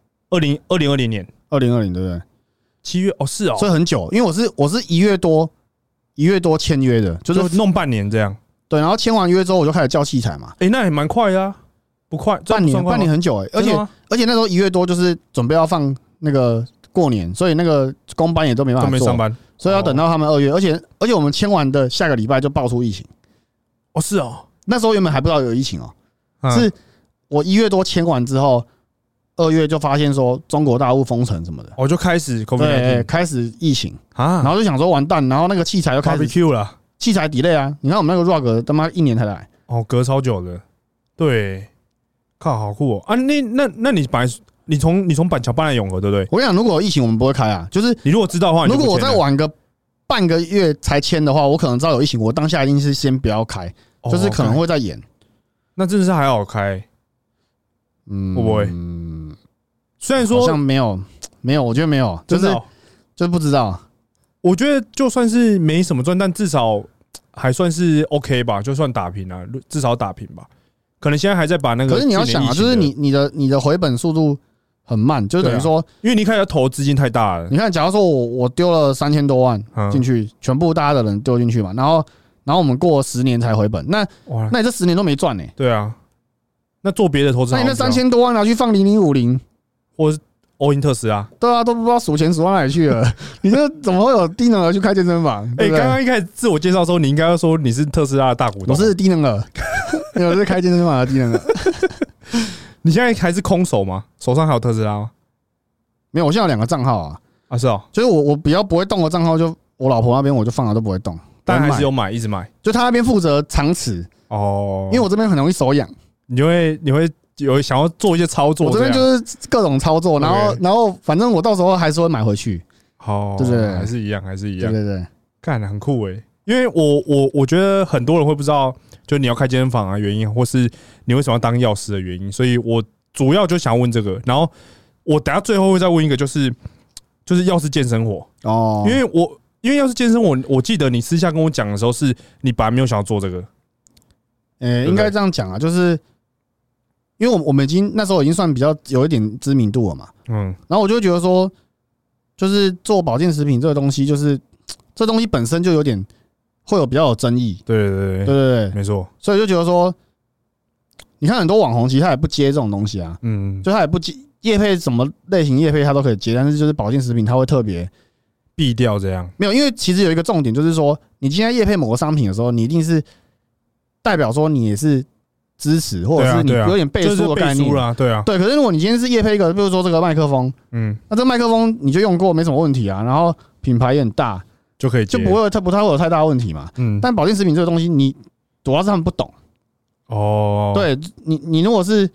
22，2020 年 ，2020对不对 ？7月哦，是哦， 所以很久，因为我是1月多签约的， 就是弄半年这样。 对，然后签完约之后我就开始叫器材嘛。 那也蛮快的啊，不快， 半年很久而且那时候1月多就是准备要放那个过年，所以那个工班也都没办法做， 上班。 所以要等到他们2月，而且我们签完的下个礼拜就爆出疫情。 哦，是哦， 那时候原本还不知道有疫情是我1月多签完之后，2月就发现说中国大陆封城什么的， 我就开始对，开始疫情然后就想说完蛋，然后那个器材又开始 barbecue 了， 器材 delay 啊！你看我们那个 rug 他妈1年才来， 隔超久的，对，靠，好酷哦啊！那你本来你从板桥搬来永和，对不对？ 我跟你讲，如果有疫情，我们不会开啊。就是你如果知道的话， 如果我再晚个半个月才签的话，我可能知道有疫情，我当下一定是先不要开，就是可能会再延。 那真的是还好开，会不会？虽然说好像没有，我觉得没有，就是不知道。 我觉得就算是没什么赚，但至少还算是 OK 吧，就算打平啊，至少打平吧。可能现在还在把那个， 可是你要想啊，就是你的回本速度很慢，就是等于说， 因为你一开始投资金太大了。 你看，假如说我丢了3000多万进去，全部大家的人丢进去嘛，然后我们过10年才回本，那你这10年都没赚对啊，那做别的投资， 那你那3000多万拿去放0050， 或是all in特斯拉， 对啊，都不知道数钱数到哪里去了。你这怎么会有低能儿去开健身房？ 刚刚一开始自我介绍的时候，你应该要说你是特斯拉的大股东。 我是低能儿，我是开健身房的低能儿。 你现在还是空手吗？手上还有特斯拉吗？ 没有，我现在有2个账号啊。 是哦， 就是我比较不会动的账号，就我老婆那边我就放了都不会动， 但还是有买，一直买。 就他那边负责长持因为我这边很容易手痒， 你会有想要做一些操作， 我这边就是各种操作，然后反正我到时候还是会买回去。对不对？ 还是一样。 对， 干得很酷因为我觉得很多人会不知道，就你要开健身房原因，或是你为什么要当药师的原因，所以我主要就想问这个，然后我等下最后会再问一个，就是药师健身活因为药师健身我记得你私下跟我讲的时候，是你本来没有想要做这个， 应该这样讲啊，就是因为我们那时候已经算比较有一点知名度了嘛，然后我就觉得说，就是做保健食品这个东西，就是这东西本身就有点会有比较有争议，对， 没错， 所以就觉得说，你看很多网红其实他也不接这种东西啊，就他也不接业配，什么类型业配他都可以接，但是就是保健食品他会特别避掉这样， 没有，因为其实有一个重点就是说，你今天业配某个商品的时候，你一定是代表说你也是支持，或者是你有点背书的概念啦，对。可是如果你今天是业配一个，比如说这个麦克风，那这个麦克风你就用过没什么问题啊，然后品牌也很大， 就可以接， 就不太会有太大的问题嘛。但保健食品这个东西，你主要是他们不懂。对你如果是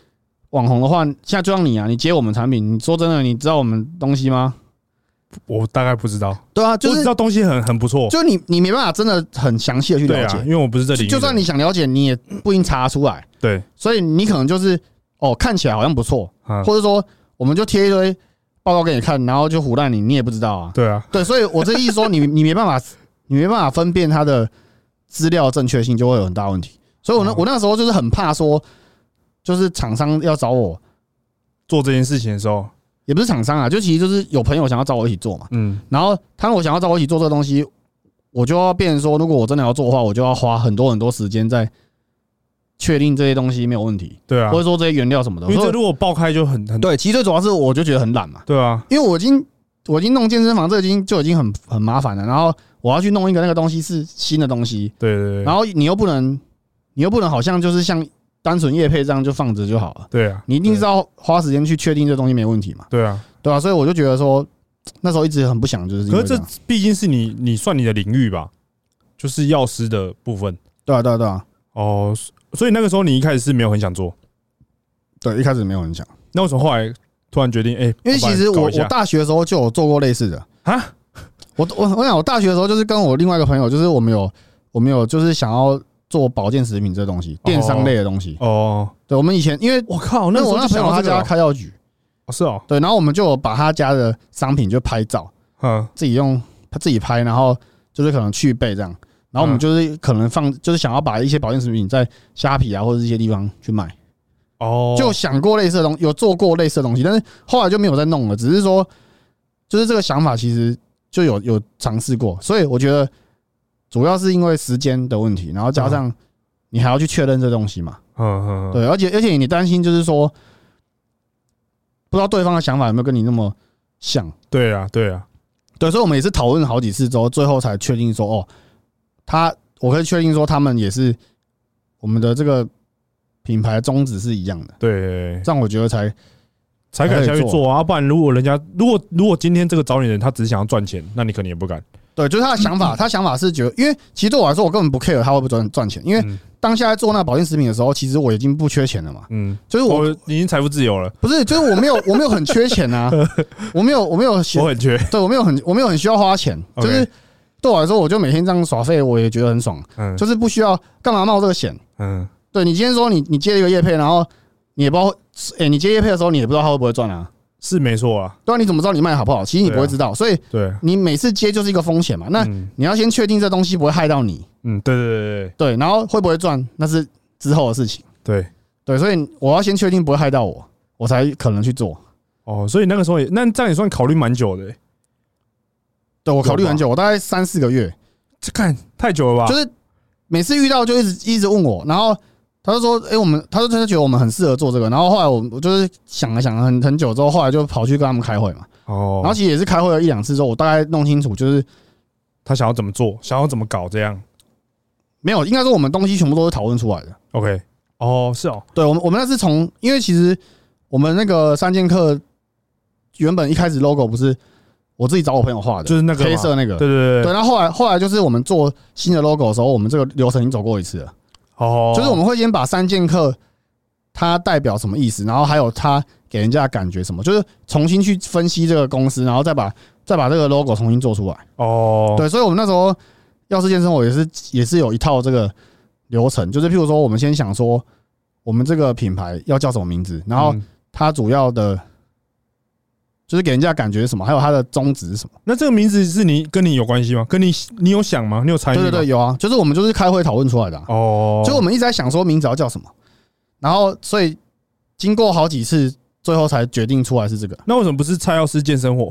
网红的话，现在就像你啊，你接我们产品，你说真的，你知道我们东西吗？ 我大概不知道。 对啊，就是我知道东西很不错， 就你没办法真的很详细的去了解， 因为我不是这里。 就算你想了解，你也不一定查出来。 对， 所以你可能就是看起来好像不错，或者说我们就贴一堆报告给你看，然后就唬烂你，你也不知道啊。 对啊， 对，所以我这意思说你没办法分辨它的资料正确性，就会有很大问题。所以我那个时候就是很怕说，就是厂商要找我做这件事情的时候。 也不是厂商啊，就其实就是有朋友想要找我一起做嘛，然后他们想要找我一起做这个东西，我就要变成说，如果我真的要做的话，我就要花很多时间在确定这些东西没有问题， 对啊， 或者说这些原料什么的， 因为这如果爆开就很对，其实最主要是我就觉得很懒嘛， 对啊， 因为我已经弄健身房，这已经很麻烦了，然后我要去弄一个那个东西是新的东西， 对， 然后你又不能好像就是像单纯业配这样就放着就好了。 对啊， 你一定是要花时间去确定这东西没问题嘛。 对啊， 对啊，所以我就觉得说，那时候一直很不想，就是可是这毕竟是你算你的领域吧，就是药师的部分。 对啊。 哦，所以那个时候你一开始是没有很想做。 对，一开始没有很想。 那为什么后来突然决定？因为其实我大学的时候就有做过类似的啊。我想我大学的时候就是跟我另外一个朋友，就是我们有就是想要做保健食品这东西，电商类的东西。 哦， 对，我们以前因为我靠，那我那朋友他家开药局， 是哦， 对，然后我们就把他家的商品就拍照，自己拍，然后就是可能去背这样，然后我们就是可能就是想要把一些保健食品在虾皮啊或者这些地方去卖。哦，就想过类似的东西，有做过类似的东西，但是后来就没有再弄了，只是说就是这个想法其实就有尝试过，所以我觉得。主要是因为时间的问题，然后加上你还要去确认这东西嘛，对，而且你担心就是说，不知道对方的想法有没有跟你那么像。 对啊，对， 所以我们也是讨论好几次之后，最后才确定说，我可以确定说他们也是我们的这个品牌宗旨是一样的。对，这样我觉得才敢下去做啊，不然如果今天这个找你的人他只是想要赚钱，那你可能也不敢。对， 就是他的想法，他想法是觉得，因为其实对我来说，我根本不 care 他会不会赚钱，因为当下在做那保健食品的时候，其实我已经不缺钱了嘛。就是我已经财富自由了。 不是，就是我没有很缺钱啊，我没有，我很缺， 对我没有很需要花钱，就是对我来说，我就每天这样耍废，我也觉得很爽，就是不需要干嘛冒这个险。对你今天说你接了一个业配，然后你也不知道，你接业配的时候，你也不知道他会不会赚啊。 是没错啊， 对啊，你怎么知道你卖好不好？其实你不会知道，所以你每次接就是一个风险嘛。那你要先确定这东西不会害到你。对，然后会不会赚那是之后的事情。对，所以我要先确定不会害到我，我才可能去做。 哦，所以那个时候那这样也算考虑蛮久的。 对，我考虑很久，我大概3-4个月。 这看太久了吧？ 就是每次遇到就一直问我，然后。他就说：“他说真的觉得我们很适合做这个。”然后后来我就是想了很久之后，后来就跑去跟他们开会嘛。哦。然后其实也是开会了1-2次之后，我大概弄清楚，就是他想要怎么做，想要怎么搞这样。 没有，应该说我们东西全部都是讨论出来的。 OK。哦，是哦。 对，我们那是因为其实我们那个3剑客原本一开始 logo 不是我自己找我朋友画的， 就是那个黑色那个。 对。 然后后来就是我们做新的 logo 的时候，我们这个流程已经走过一次了。就是我们会先把3剑客它代表什么意思，然后还有它给人家的感觉什么，就是重新去分析这个公司，然后再把这个 logo 重新做出来。对，所以我们那时候药师健身活也是有一套这个流程，就是譬如说我们先想说我们这个品牌要叫什么名字，然后它主要的就是给人家感觉是什么，还有它的宗旨是什么。 那这个名字是跟你有关系吗？跟你有想吗？你有参与吗？ 对，有啊，就是我们就是开会讨论出来的。就我们一直在想说名字要叫什么，然后所以经过好几次，最后才决定出来是这个。 那为什么不是蔡药师健身活，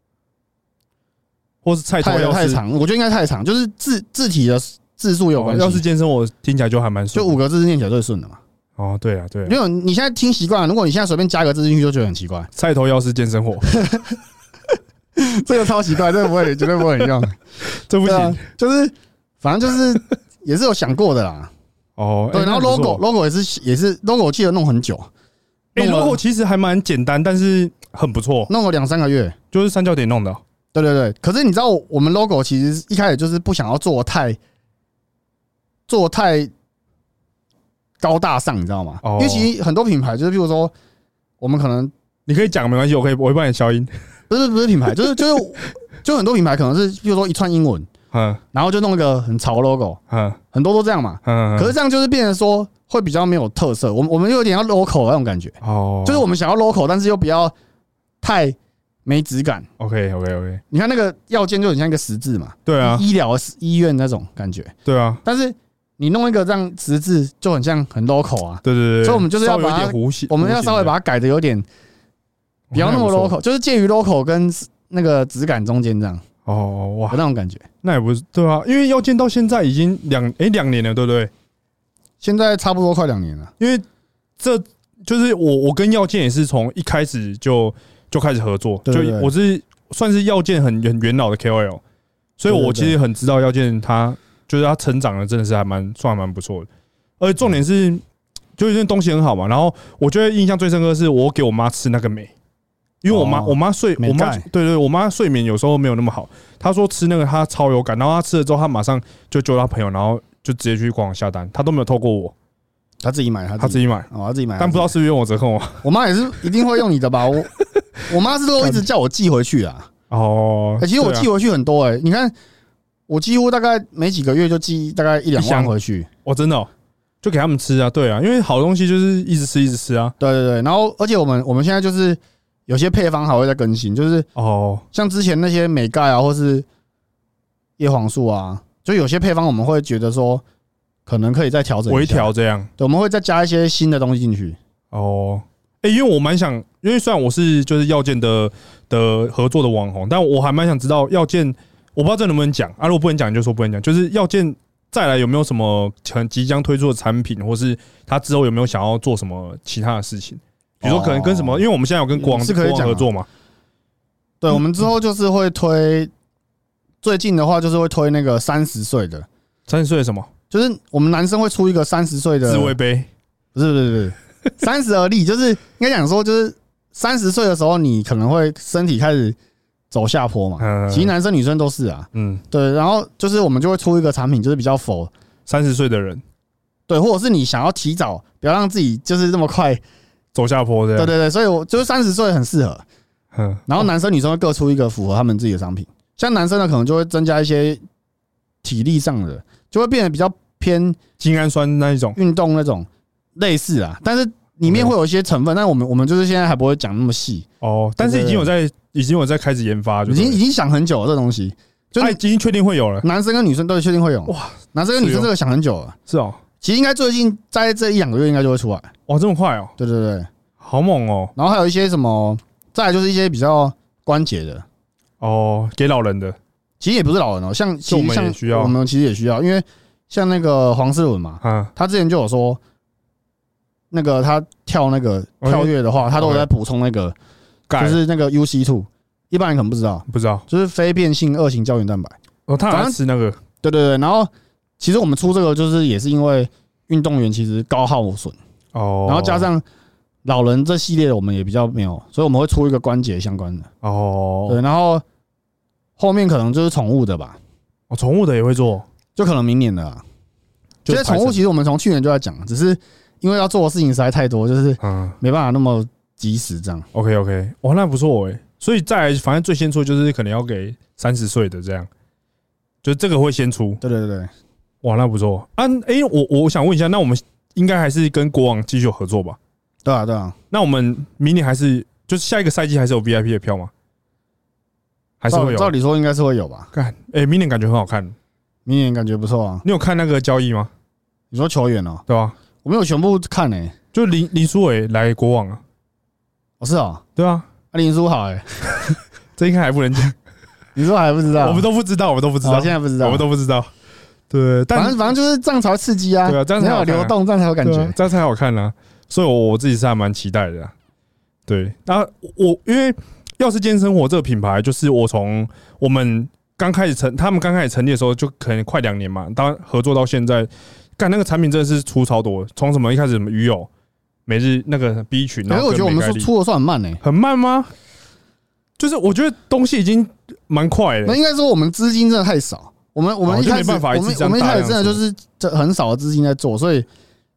或是蔡头药师？ 太长，我觉得应该太长，就是字体的字数有关系。 药师健身活听起来就还蛮顺， 就5个字念起来最顺的嘛。 哦，对啊， 因为你现在听习惯了，如果你现在随便加个字进去，就觉得很奇怪。 菜头药师健身活， 这个超奇怪，这个绝对不会很用， 这不行。 就是反正就是也是有想过的啦。对，然后 logo 也是 logo， 我记得弄很久。 logo 其实还蛮简单，但是很不错， 弄了2-3个月， 就是三角点弄的。 对，可是你知道我们 logo 其实一开始就是不想要做太高大上，你知道吗？因为其实很多品牌就是，譬如说我们可能你可以讲没关系，我会帮你消音。 不是品牌，就很多品牌可能是，譬如说一串英文，然后就弄一个很潮 logo， 很多都这样嘛。可是这样就是变成说会比较没有特色，我们有点要 local 那种感觉。就是我们想要 local， 但是又不要太没质感。 OK， 你看那个药监就很像一个十字嘛， 对啊， 医疗医院那种感觉。对啊，但是你弄一个这样十字就很像很 local 啊。 对， 所以我们就是要把它，我们要稍微把它改的有点不要那么 local， 就是介于 local 跟那个质感中间这样。哇，有那种感觉。 那也不是对啊，因为药监到现在已经2年了，对不对？ 现在差不多快2年了。 因为这就是我跟药监也是从一开始就开始合作，就我是算是药监很元老的 KOL， 所以我其实很知道药监他就是他成长的真的是算蛮不错的，而且重点是就是那东西很好嘛。然后我觉得印象最深刻的是我给我妈吃那个镁，因为我妈我妈睡眠有时候没有那么好，她说吃那个她超有感，然后她吃了之后她马上就揪她朋友，然后就直接去官网下单，她都没有透过我。 他自己买， 他自己买，但不知道是不是用我折扣啊？ 我妈也是一定会用你的吧？我妈是都一直叫我寄回去啊。其实我寄回去很多你看我几乎大概没几个月就寄大概1-2万回去。 真的就给他们吃啊，对啊，因为好东西就是一直吃啊。 对，然后而且我们现在就是有些配方还会再更新，就是像之前那些镁钙啊，或是叶黄素啊，就有些配方我们会觉得说。可能可以再调整微调这样， 对，我们会再加一些新的东西进去。 因为我蛮想，因为虽然我是就是药监的合作的网红，但我还蛮想知道药监，我不知道这能不能讲啊？如果不能讲，你就说不能讲。就是药监再来有没有什么即将推出的产品，或是他之后有没有想要做什么其他的事情？比如说可能跟什么，因为我们现在有跟国王合作嘛。 对，我们之后就是会推，最近的话就是会推那个30岁的 ，30岁什么？ 就是我们男生会出一个30岁的自慰杯， 不是30而立，就是应该讲说，就是30岁的时候，你可能会身体开始走下坡嘛。其实男生女生都是啊，对。然后就是我们就会出一个产品，就是比较否 30岁的人， 对，或者是你想要提早，不要让自己就是这么快走下坡的。 对，所以我就是30岁很适合。然后男生女生会各出一个符合他们自己的商品，像男生呢可能就会增加一些体力上的。就会变得比较偏精氨酸那一种运动那种类似啊，但是里面会有一些成分，但我们就是现在还不会讲那么细但是已经有在开始研发， 已经想很久了这东西， 就已经确定会有了， 男生跟女生都确定会有。哇，男生跟女生这个想很久了， 是其实应该最近在这1-2个月应该就会出来。 哇，这么快对， 好猛然后还有一些什么，再来就是一些比较关节的给老人的。 其实也不是老人像我们也需要， 我们其实也需要，因为像那个黄世文嘛，他之前就有说，那个他跳那个跳跃的话，他都有在补充那个，就是那个 UC2， 一般人可能不知道，就是非变性2型胶原蛋白。 他好像吃那个， 对，然后其实我们出这个就是也是因为运动员其实高耗损然后加上老人这系列的我们也比较没有，所以我们会出一个关节相关的对，然后。后面可能就是宠物的吧， 宠物的也会做， 就可能明年的啦。其实宠物其实我们从去年就在讲，只是因为要做的事情实在太多，就是没办法那么及时这样。 OK， 哇，那不错所以再来，反正最先出就是可能要给30岁的这样，就这个会先出。 对， 哇，那不错啊。我想问一下，那我们应该还是跟国王继续有合作吧？ 对啊。那我们明年还是就是下一个赛季还是有 VIP 的票吗？还是会有， 照理说应该是会有吧。 明年感觉很好看， 明年感觉不错啊。 你有看那个交易吗？ 你说球员对吧？ 我没有全部看就林书伟来国网啊。 是对啊， 林书好这应该还不能讲。 你说还不知道？ 我们都不知道， 现在不知道， 我们都不知道。对， 反正就是这样才会刺激啊。 对啊，这样才有流动，这样才有感觉， 这样才好看啊。所以我自己是还蛮期待的。对，那因为。药师健生活这个品牌，就是我们他们刚开始成立的时候，就可能快2年嘛，当合作到现在，干那个产品真的是出超多，从什么一开始什么鱼友、每日那个 B 群， 可是我觉得我们出的算很慢很慢吗？就是我觉得东西已经蛮快的。 那应该说我们资金真的太少，我们一开始我们一开始真的就是很少的资金在做，所以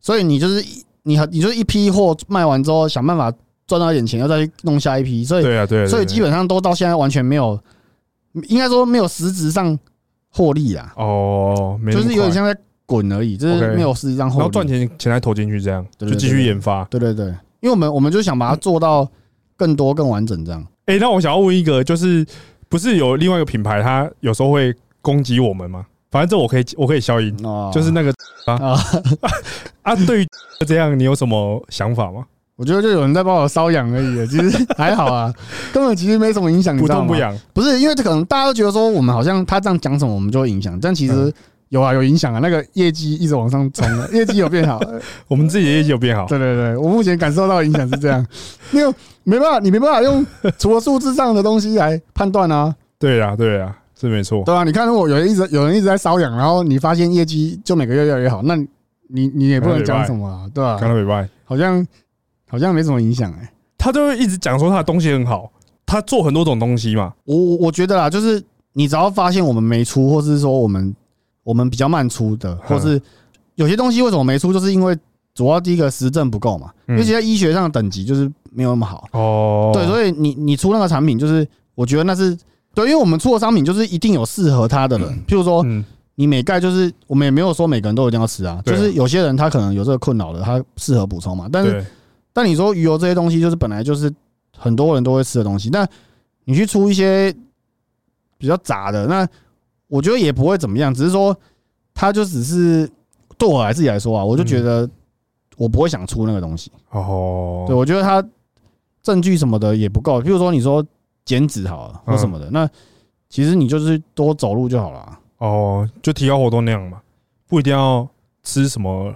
所以你就是一批货卖完之后，想办法赚到一点钱，要再去弄下一批，所以对， 所以基本上都到现在完全没有，应该说没有实质上获利啦。 哦， 就是有点像在滚而已，就是没有实质上获利， 然后赚钱再投进去，这样就继续研发。 对，因为我们就想把它做到更多更完整这样。 那我想要问一个，就是不是有另外一个品牌，它有时候会攻击我们吗？反正这我可以消音，就是那个对于这样，你有什么想法吗？ 我觉得就有人在帮我瘙痒而已，其实还好啊，根本其实没什么影响， 不痛不痒。 不是因为可能大家都觉得说我们好像他这样讲什么我们就会影响，但其实有影响啊，那个业绩一直往上冲了，业绩有变好，我们自己的业绩有变好。 对，我目前感受到的影响是这样，你没办法用除了数字上的东西来判断啊。 对啊，是没错。 对啊，你看如果有人一直在瘙痒，然后你发现业绩就每个月越来越好，那你也不能讲什么啊，对吧？ 刚才没拜， 好像没什么影响他就会一直讲说他的东西很好，他做很多种东西嘛。 我觉得啦，就是你只要发现我们没出，或是说我们比较慢出的，或是有些东西为什么没出，就是因为主要第一个实证不够嘛，因为现在医学上的等级就是没有那么好。对，所以你出那个产品，就是我觉得那是对，因为我们出的商品就是一定有适合他的人，譬如说你美钙，就是我们也没有说每个人都一定要吃啊，就是有些人他可能有这个困扰的，他适合补充嘛。但你说鱼油这些东西，就是本来就是很多人都会吃的东西，那你去出一些比较杂的，那我觉得也不会怎么样，只是说它就只是对我自己来说啊，我就觉得我不会想出那个东西。对，我觉得它证据什么的也不够，譬如说你说减脂好了或什么的，那其实你就是多走路就好了。 就提高活动量嘛，不一定要吃什么。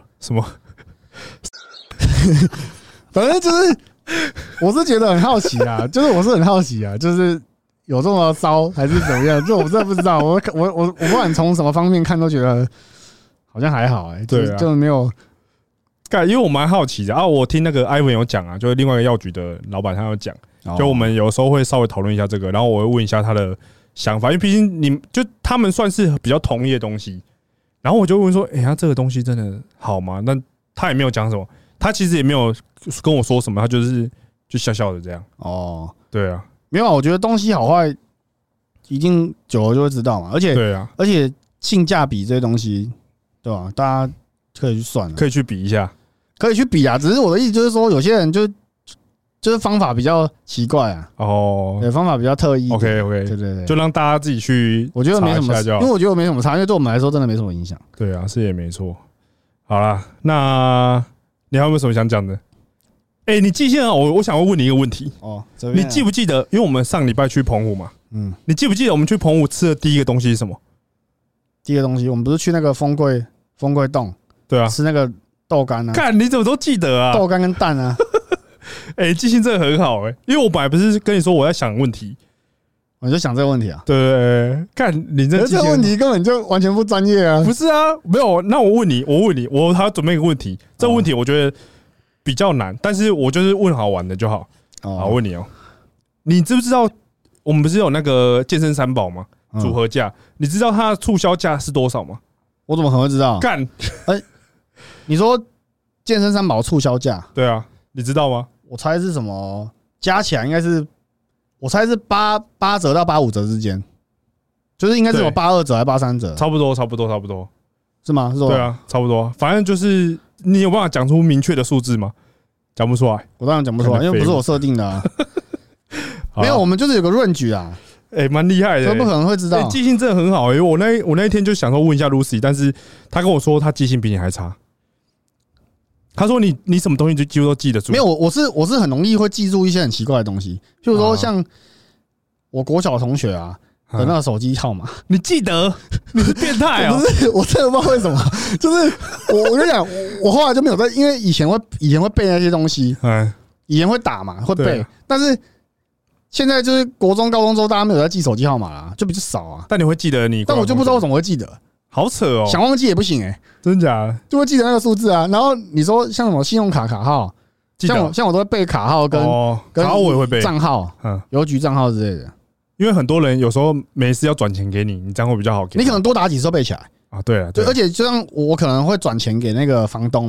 反正就是，我是觉得很好奇啊，就是有这么骚还是怎么样？就我真的不知道，我不管从什么方面看都觉得好像还好对，就没有。 因为我蛮好奇的啊，我听那个 Ivan 有讲啊，就是另外一个药局的老板他有讲，就我们有时候会稍微讨论一下这个，然后我会问一下他的想法，因为毕竟他们算是比较同业的东西，然后我就问说，他这个东西真的好吗？那他也没有讲什么。他其实也没有跟我说什么，他就笑笑的这样。对啊， 没有啊，我觉得东西好坏一定久了就会知道嘛，而且性价比这些东西，对吧？大家可以去算， 可以去比一下， 可以去比啊。只是我的意思就是说，有些人就是方法比较奇怪啊。对，方法比较特异。 OK， 对， 就让大家自己去， 我觉得没什么，因为我觉得没什么差，因为对我们来说真的没什么影响。 对啊，是也没错。好啦，那你还有没有什么想讲的？你记性啊，我想要问你一个问题。你记不记得？因为我们上礼拜去澎湖嘛，你记不记得我们去澎湖吃的第一个东西是什么？ 第一个东西，我们不是去那个风柜洞？对啊，吃那个豆干啊。 干，你怎么都记得啊？ 豆干跟蛋啊。 记性真的很好因为我本来不是跟你说我在想问题， 我就想这个问题啊。 对，干你这问题根本就完全不专业啊！ 不是啊，没有。那我问你，我还要准备一个问题。这个问题我觉得比较难，但是我就是问好玩的就好。好，问你你知不知道我们不是有那个健身三宝吗？组合价，你知道它的促销价是多少吗？ 我怎么可能会知道？ 干， 你说健身三宝促销价？ 对啊，你知道吗？ 我猜是什么？加起来应该是。我猜是8折到85折之间，就是应该是有82折还是83折， 差不多， 是吗？是吧？ 对啊，差不多。反正就是你有办法讲出明确的数字吗？讲不出来， 我当然讲不出来，因为不是我设定的啊。没有，我们就是有个论据啊。 蛮厉害的， 所以不可能会知道。 记性真的很好我那一天就想说问一下 Lucy， 但是他跟我说他记性比你还差。他说你什么东西就几乎都记得住？ 没有，我是很容易会记住一些很奇怪的东西，譬如说像我国小同学啊的那个手机号码， 你记得？你是变态不是，我真的不知道为什么，就是我跟你讲，我后来就没有在，因为以前会背那些东西，以前会打嘛，会背，但是现在就是国中、高中之后，大家没有在记手机号码啦，就比较少啊。 但你会记得你？ 但我就不知道为什么会记得。 好扯哦， 想忘记也不行真假的？ 就会记得那个数字啊。然后你说像什么信用卡号，像我都会背卡号跟卡号我也会背账号，邮局账号之类的。 因为很多人有时候每次要转钱给你，你这样会比较好给。 你可能多打几次都背起来啊。对啊， 而且就像我可能会转钱给那个房东嘛，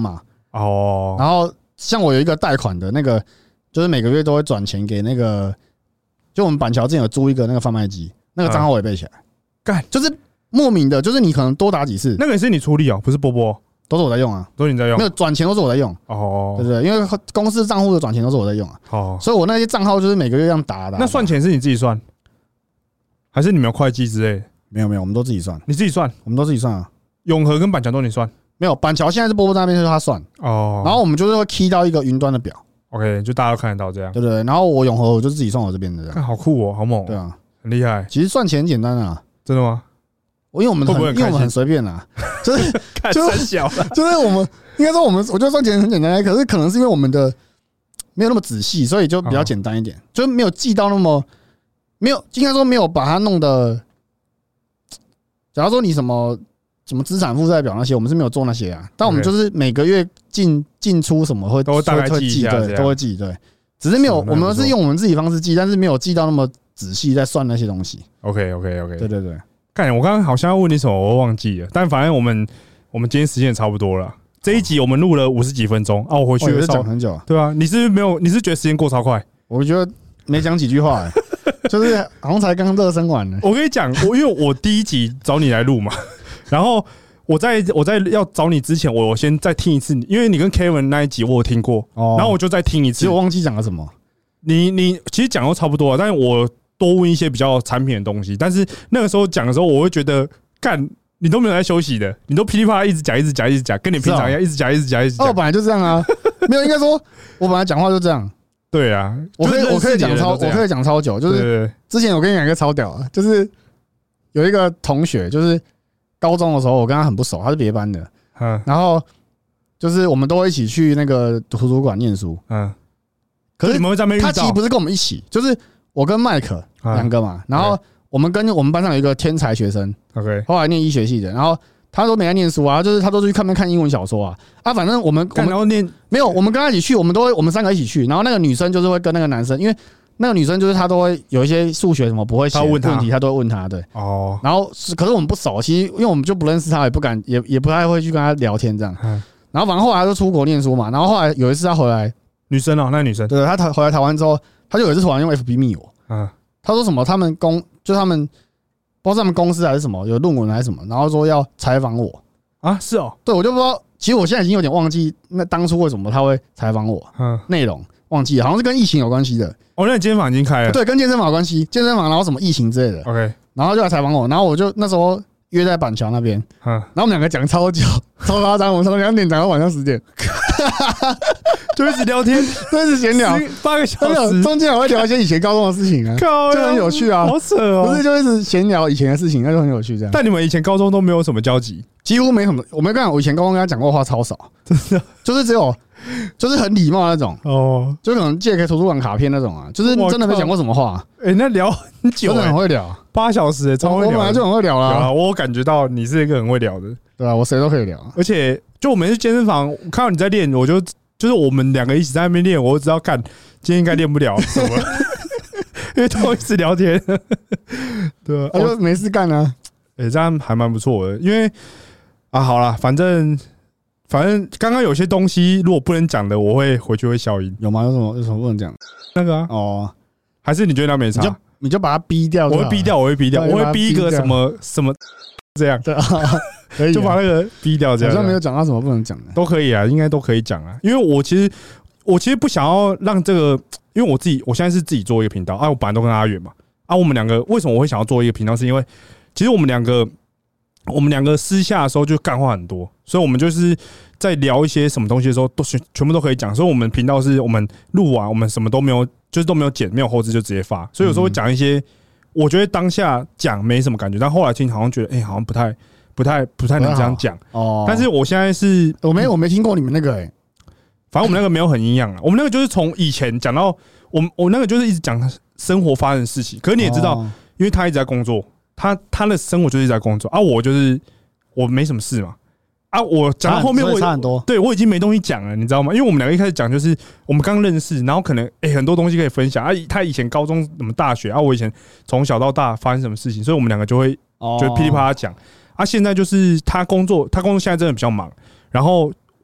哦。 然后像我有一个贷款的那个，就是每个月都会转钱给那个，就我们板桥之前有租一个那个贩卖机，那个账号我也背起来。干，就是莫名的，就是你可能多打几次， 那个也是你出力哦，不是波波。 都是我在用啊， 都是你在用， 没有转钱都是我在用哦，对不对？因为公司账户的转钱都是我在用啊，哦，所以我那些账号就是每个月这样打。 那算钱是你自己算，还是你们有会计之类的？ 没有，我们都自己算。 你自己算？ 我们都自己算啊。 永和跟板桥都你算？ 没有，板桥现在是波波那边，就是他算哦。然后我们就是会 key 到一个云端的表 ，OK， 就大家都看得到这样， 对不对？然后我永和我就自己算我这边的， 看好酷哦，好猛， 对啊， 很厉害。 其实算钱很简单啊， 真的吗？ 因为我们很随便啦，就是就是我们应该说我觉得算钱很简单，可是可能是因为我们的没有那么仔细，所以就比较简单一点，就是没有记到那么没有，应该说没有把它弄得，假如说你什么资产负债表那些，我们是没有做那些啊，但我们就是每个月进出什么都大概记一下， 对，都会记，对，只是没有，我们是用我们自己方式记，但是没有记到那么仔细在算那些东西。 OK， 对。 干，我刚刚好像要问你什么，我忘记了。但反正我们今天时间也差不多了。这一集我们录了50几分钟啊，我回去会讲很久。 对啊，你是觉得时间过超快？ 我觉得没讲几句话，就是好像才刚热身完了。 我跟你讲，因为我第一集找你来录嘛，然后我在要找你之前，我先再听一次，因为你跟 Kevin 那一集我有听过，然后我就再听一次。 其实我忘记讲了什么。 你其实讲都差不多了，但是我多问一些比较产品的东西，但是那个时候讲的时候，我会觉得，干，你都没有在休息的，你都噼里啪啦一直讲，跟你平常一样，一直讲。 哦，本来就这样啊，没有，应该说，我本来讲话就这样。 对啊， 我可以讲超久，就是之前我跟你讲一个超屌的，就是有一个同学，就是高中的时候我跟他很不熟，他是别班的，然后就是我们都会一起去那个图书馆念书，可是你们会在那边遇到， 他其实不是跟我们一起，就是我跟麦克两个嘛，然后我们班上有一个天才学生 ，OK， 后来念医学系的，然后他都没在念书啊，就是他都去看英文小说啊，反正我们没有，我们跟他一起去，我们三个一起去，然后那个女生就是会跟那个男生，因为那个女生就是她都会有一些数学什么不会写问题，她都会问他，对，哦，然后可是我们不熟，其实因为我们就不认识他，也不敢也不太会去跟他聊天这样，然后反正后来他就出国念书嘛，然后后来有一次他回来， 女生哦，那女生， 对，他回来台湾之后，他就有一次突然用 FB 密我，他说什么他们不知道他们公司还是什么有论文还是什么，然后说要采访我啊，是哦， 对，我就不知道，其实我现在已经有点忘记那当初为什么他会采访我，内容忘记了，好像是跟疫情有关系的。 哦，那你健身房已经开了， 对，跟健身房有关系，健身房然后什么疫情之类的 ，OK， 然后就来采访我，然后我就那时候约在板桥那边，然后我们两个讲超久，超夸张，我们从2点讲到晚上10点。 就一直聊天， 就一直闲聊 8个小时， 中间还会聊一些以前高中的事情啊，就很有趣啊， 好扯哦！ 不是，就一直闲聊以前的事情，那就很有趣这样。 但你们以前高中都没有什么交集， 几乎没什么。我没跟我以前高中跟他讲过话超少，真的，就是只有就是很礼貌那种哦，就可能借给图书馆卡片那种啊，就是真的没讲过什么话。 那聊很久， 真的很会聊 ，8小时，超会聊。 我本来就很会聊啦， 我感觉到你是一个很会聊的， 对啊，我谁都可以聊， 而且就我们去健身房，看到你在练，我就是我们两个一起在那边练，我就知道干今天应该练不了什么，因为都一直聊天，对啊， 就没事干啊， 这样还蛮不错的，因为好啦，反正刚刚有些东西如果不能讲的，我会回去会消音， 有吗？有什么不能讲？ 那个哦，还是你觉得那没差？ 你就把它逼掉， 我会逼掉，我会逼一个什么这样，对啊，可以就把那个逼掉，这样好像没有讲到什么不能讲的， 都可以啊，应该都可以讲啊。因为我其实不想要让这个，因为我现在是自己做一个频道啊，我本来都跟阿远嘛啊，我们两个为什么我会想要做一个频道，是因为其实我们两个私下的时候就干话很多，所以我们就是在聊一些什么东西的时候，全部都可以讲。所以我们频道是我们录完，我们什么都没有，就是都没有剪，没有后置就直接发。所以有时候会讲一些，我觉得当下讲没什么感觉，但后来听好像觉得，好像不太能这样讲哦。但是我现在是， 我没听过你们那个反正我们那个没有很营养啊。我们那个就是从以前讲到我那个就是一直讲生活发生的事情。可是你也知道，因为他一直在工作。他的生活就是一直在工作啊，我没什么事嘛啊，我讲到后面差很多， 对我已经没东西讲了，你知道吗？因为我们两个一开始讲就是我们刚认识，然后可能很多东西可以分享啊，他以前高中什么大学啊，我以前从小到大发生什么事情，所以我们两个就会噼里啪啦讲啊。现在就是他工作现在真的比较忙，然后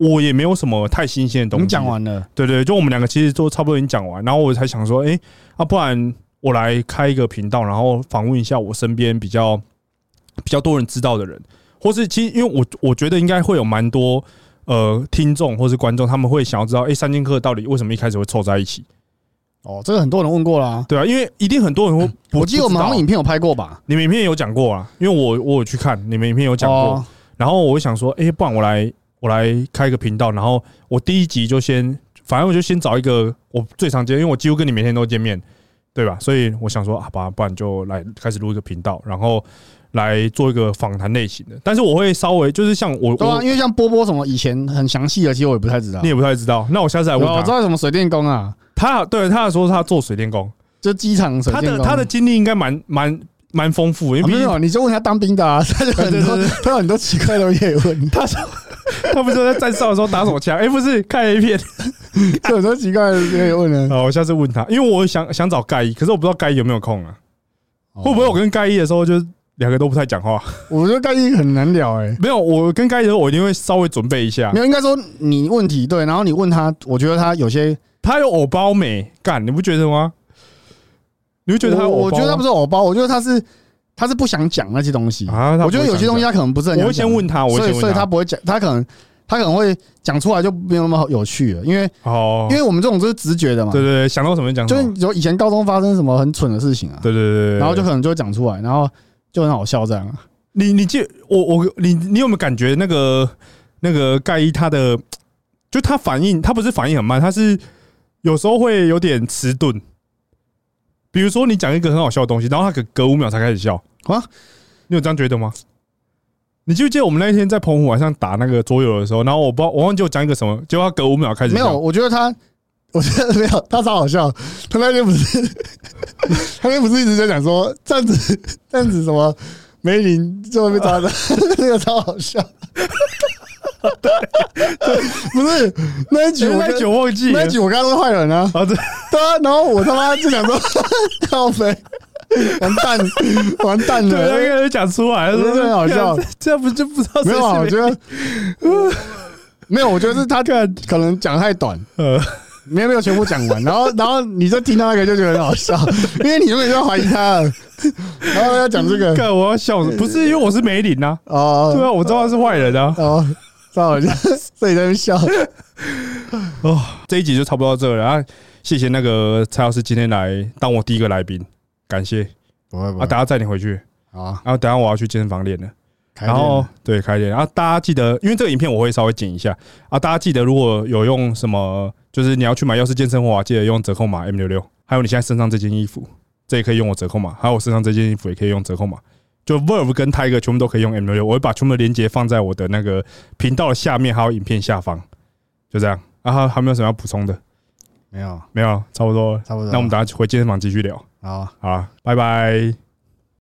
我也没有什么太新鲜的东西。 你讲完了， 对对，就我们两个其实都差不多已经讲完，然后我才想说，不然我来开一个频道，然后访问一下我身边比较多人知道的人，或是其实因为我觉得应该会有蛮多听众或是观众，他们会想要知道，三剑客到底为什么一开始会凑在一起？ 哦，这个很多人问过啦。 对啊，因为一定很多人会， 我记得我们好像影片有拍过吧？ 你们影片有讲过啊，因为我有去看你们影片有讲过，然后我想说，不然我来开一个频道，然后我第一集就反正我就先找一个我最常见，因为我几乎跟你每天都见面，对吧？所以我想说，不然就来开始录一个频道，然后来做一个访谈类型的。但是我会稍微就是像我， 对啊，因为像波波什么以前很详细的，其实我也不太知道， 你也不太知道。那我下次来问他， 我知道什么水电工啊， 他说他做水电工， 就机场水电工， 他的经历应该蛮丰富，因为没有，你就问他当兵的啊，他有很多奇怪的东西可以问。 他说他不是在站哨的时候打手枪，不是看 A 片， 有很多奇怪的可以问的。 我下次问他，因为我想找盖伊，可是我不知道盖伊有没有空啊，会不会我跟盖伊的时候就两个都不太讲话？我觉得盖伊很难聊没有，我跟盖伊的时候我一定会稍微准备一下。 没有，应该说你问题对，然后你问他，我觉得他有些他有偶包美干，你不觉得吗？你会觉得他有偶包吗？ 我觉得他不是偶包，我觉得他是不想讲那些东西啊。我觉得有些东西他可能不是很想讲， 我会先问他， 所以他不会讲，他可能会讲出来就没有那么有趣了，因为我们这种就是直觉的嘛。 对对对，想到什么讲什么。 就是以前高中发生什么很蠢的事情啊， 对对对， 然后就可能就会讲出来，然后就很好笑这样。 你有没有感觉那个盖伊他的就他反应，他不是反应很慢，他是有时候会有点迟钝。比如说你讲一个很好笑的东西，然后他隔5秒才开始笑啊，你有这样觉得吗？你记不记得我们那一天在澎湖晚上打那个桌游的时候，然后我忘记我讲一个什么，结果他隔5秒开始笑。 没有，我觉得没有，他超好笑。他那天不是一直在讲说这样子什么梅林就会被抓的，那个超好笑。对，不是那一局我忘记那一局我刚刚是坏人啊，对啊，然后我他妈就想说靠北，完蛋了， 对，那个讲出来， 真的很好笑， 这样不就不知道？ 没有啊，我觉得没有，我觉得是他可能讲太短，没有全部讲完，然后你就听到那个就觉得很好笑，因为你永远就要怀疑他，然后要讲这个， 我要笑，不是因为我是梅林啊，对啊，我知道他是坏人啊， 超好笑，自己在那边笑。 这一集就差不多到这了啊！谢谢那个蔡老师今天来当我第一个来宾，感谢。 不会等下载你回去。 好， 然后等下我要去健身房练了。然后对开练，然后大家记得，因为这个影片我会稍微剪一下啊，大家记得如果有用什么，就是你要去买药师健身活，记得用折扣码 M66，还有你现在身上这件衣服，这也可以用我折扣码，还有我身上这件衣服也可以用折扣码。就 Verve 跟 Tiger 全部都可以用 M66，我会把全部的连结放在我的那个频道的下面，还有影片下方，就这样。啊，还没有什么要补充的？ 没有， 差不多。那我们等下回健身房继续聊。 好， 拜拜。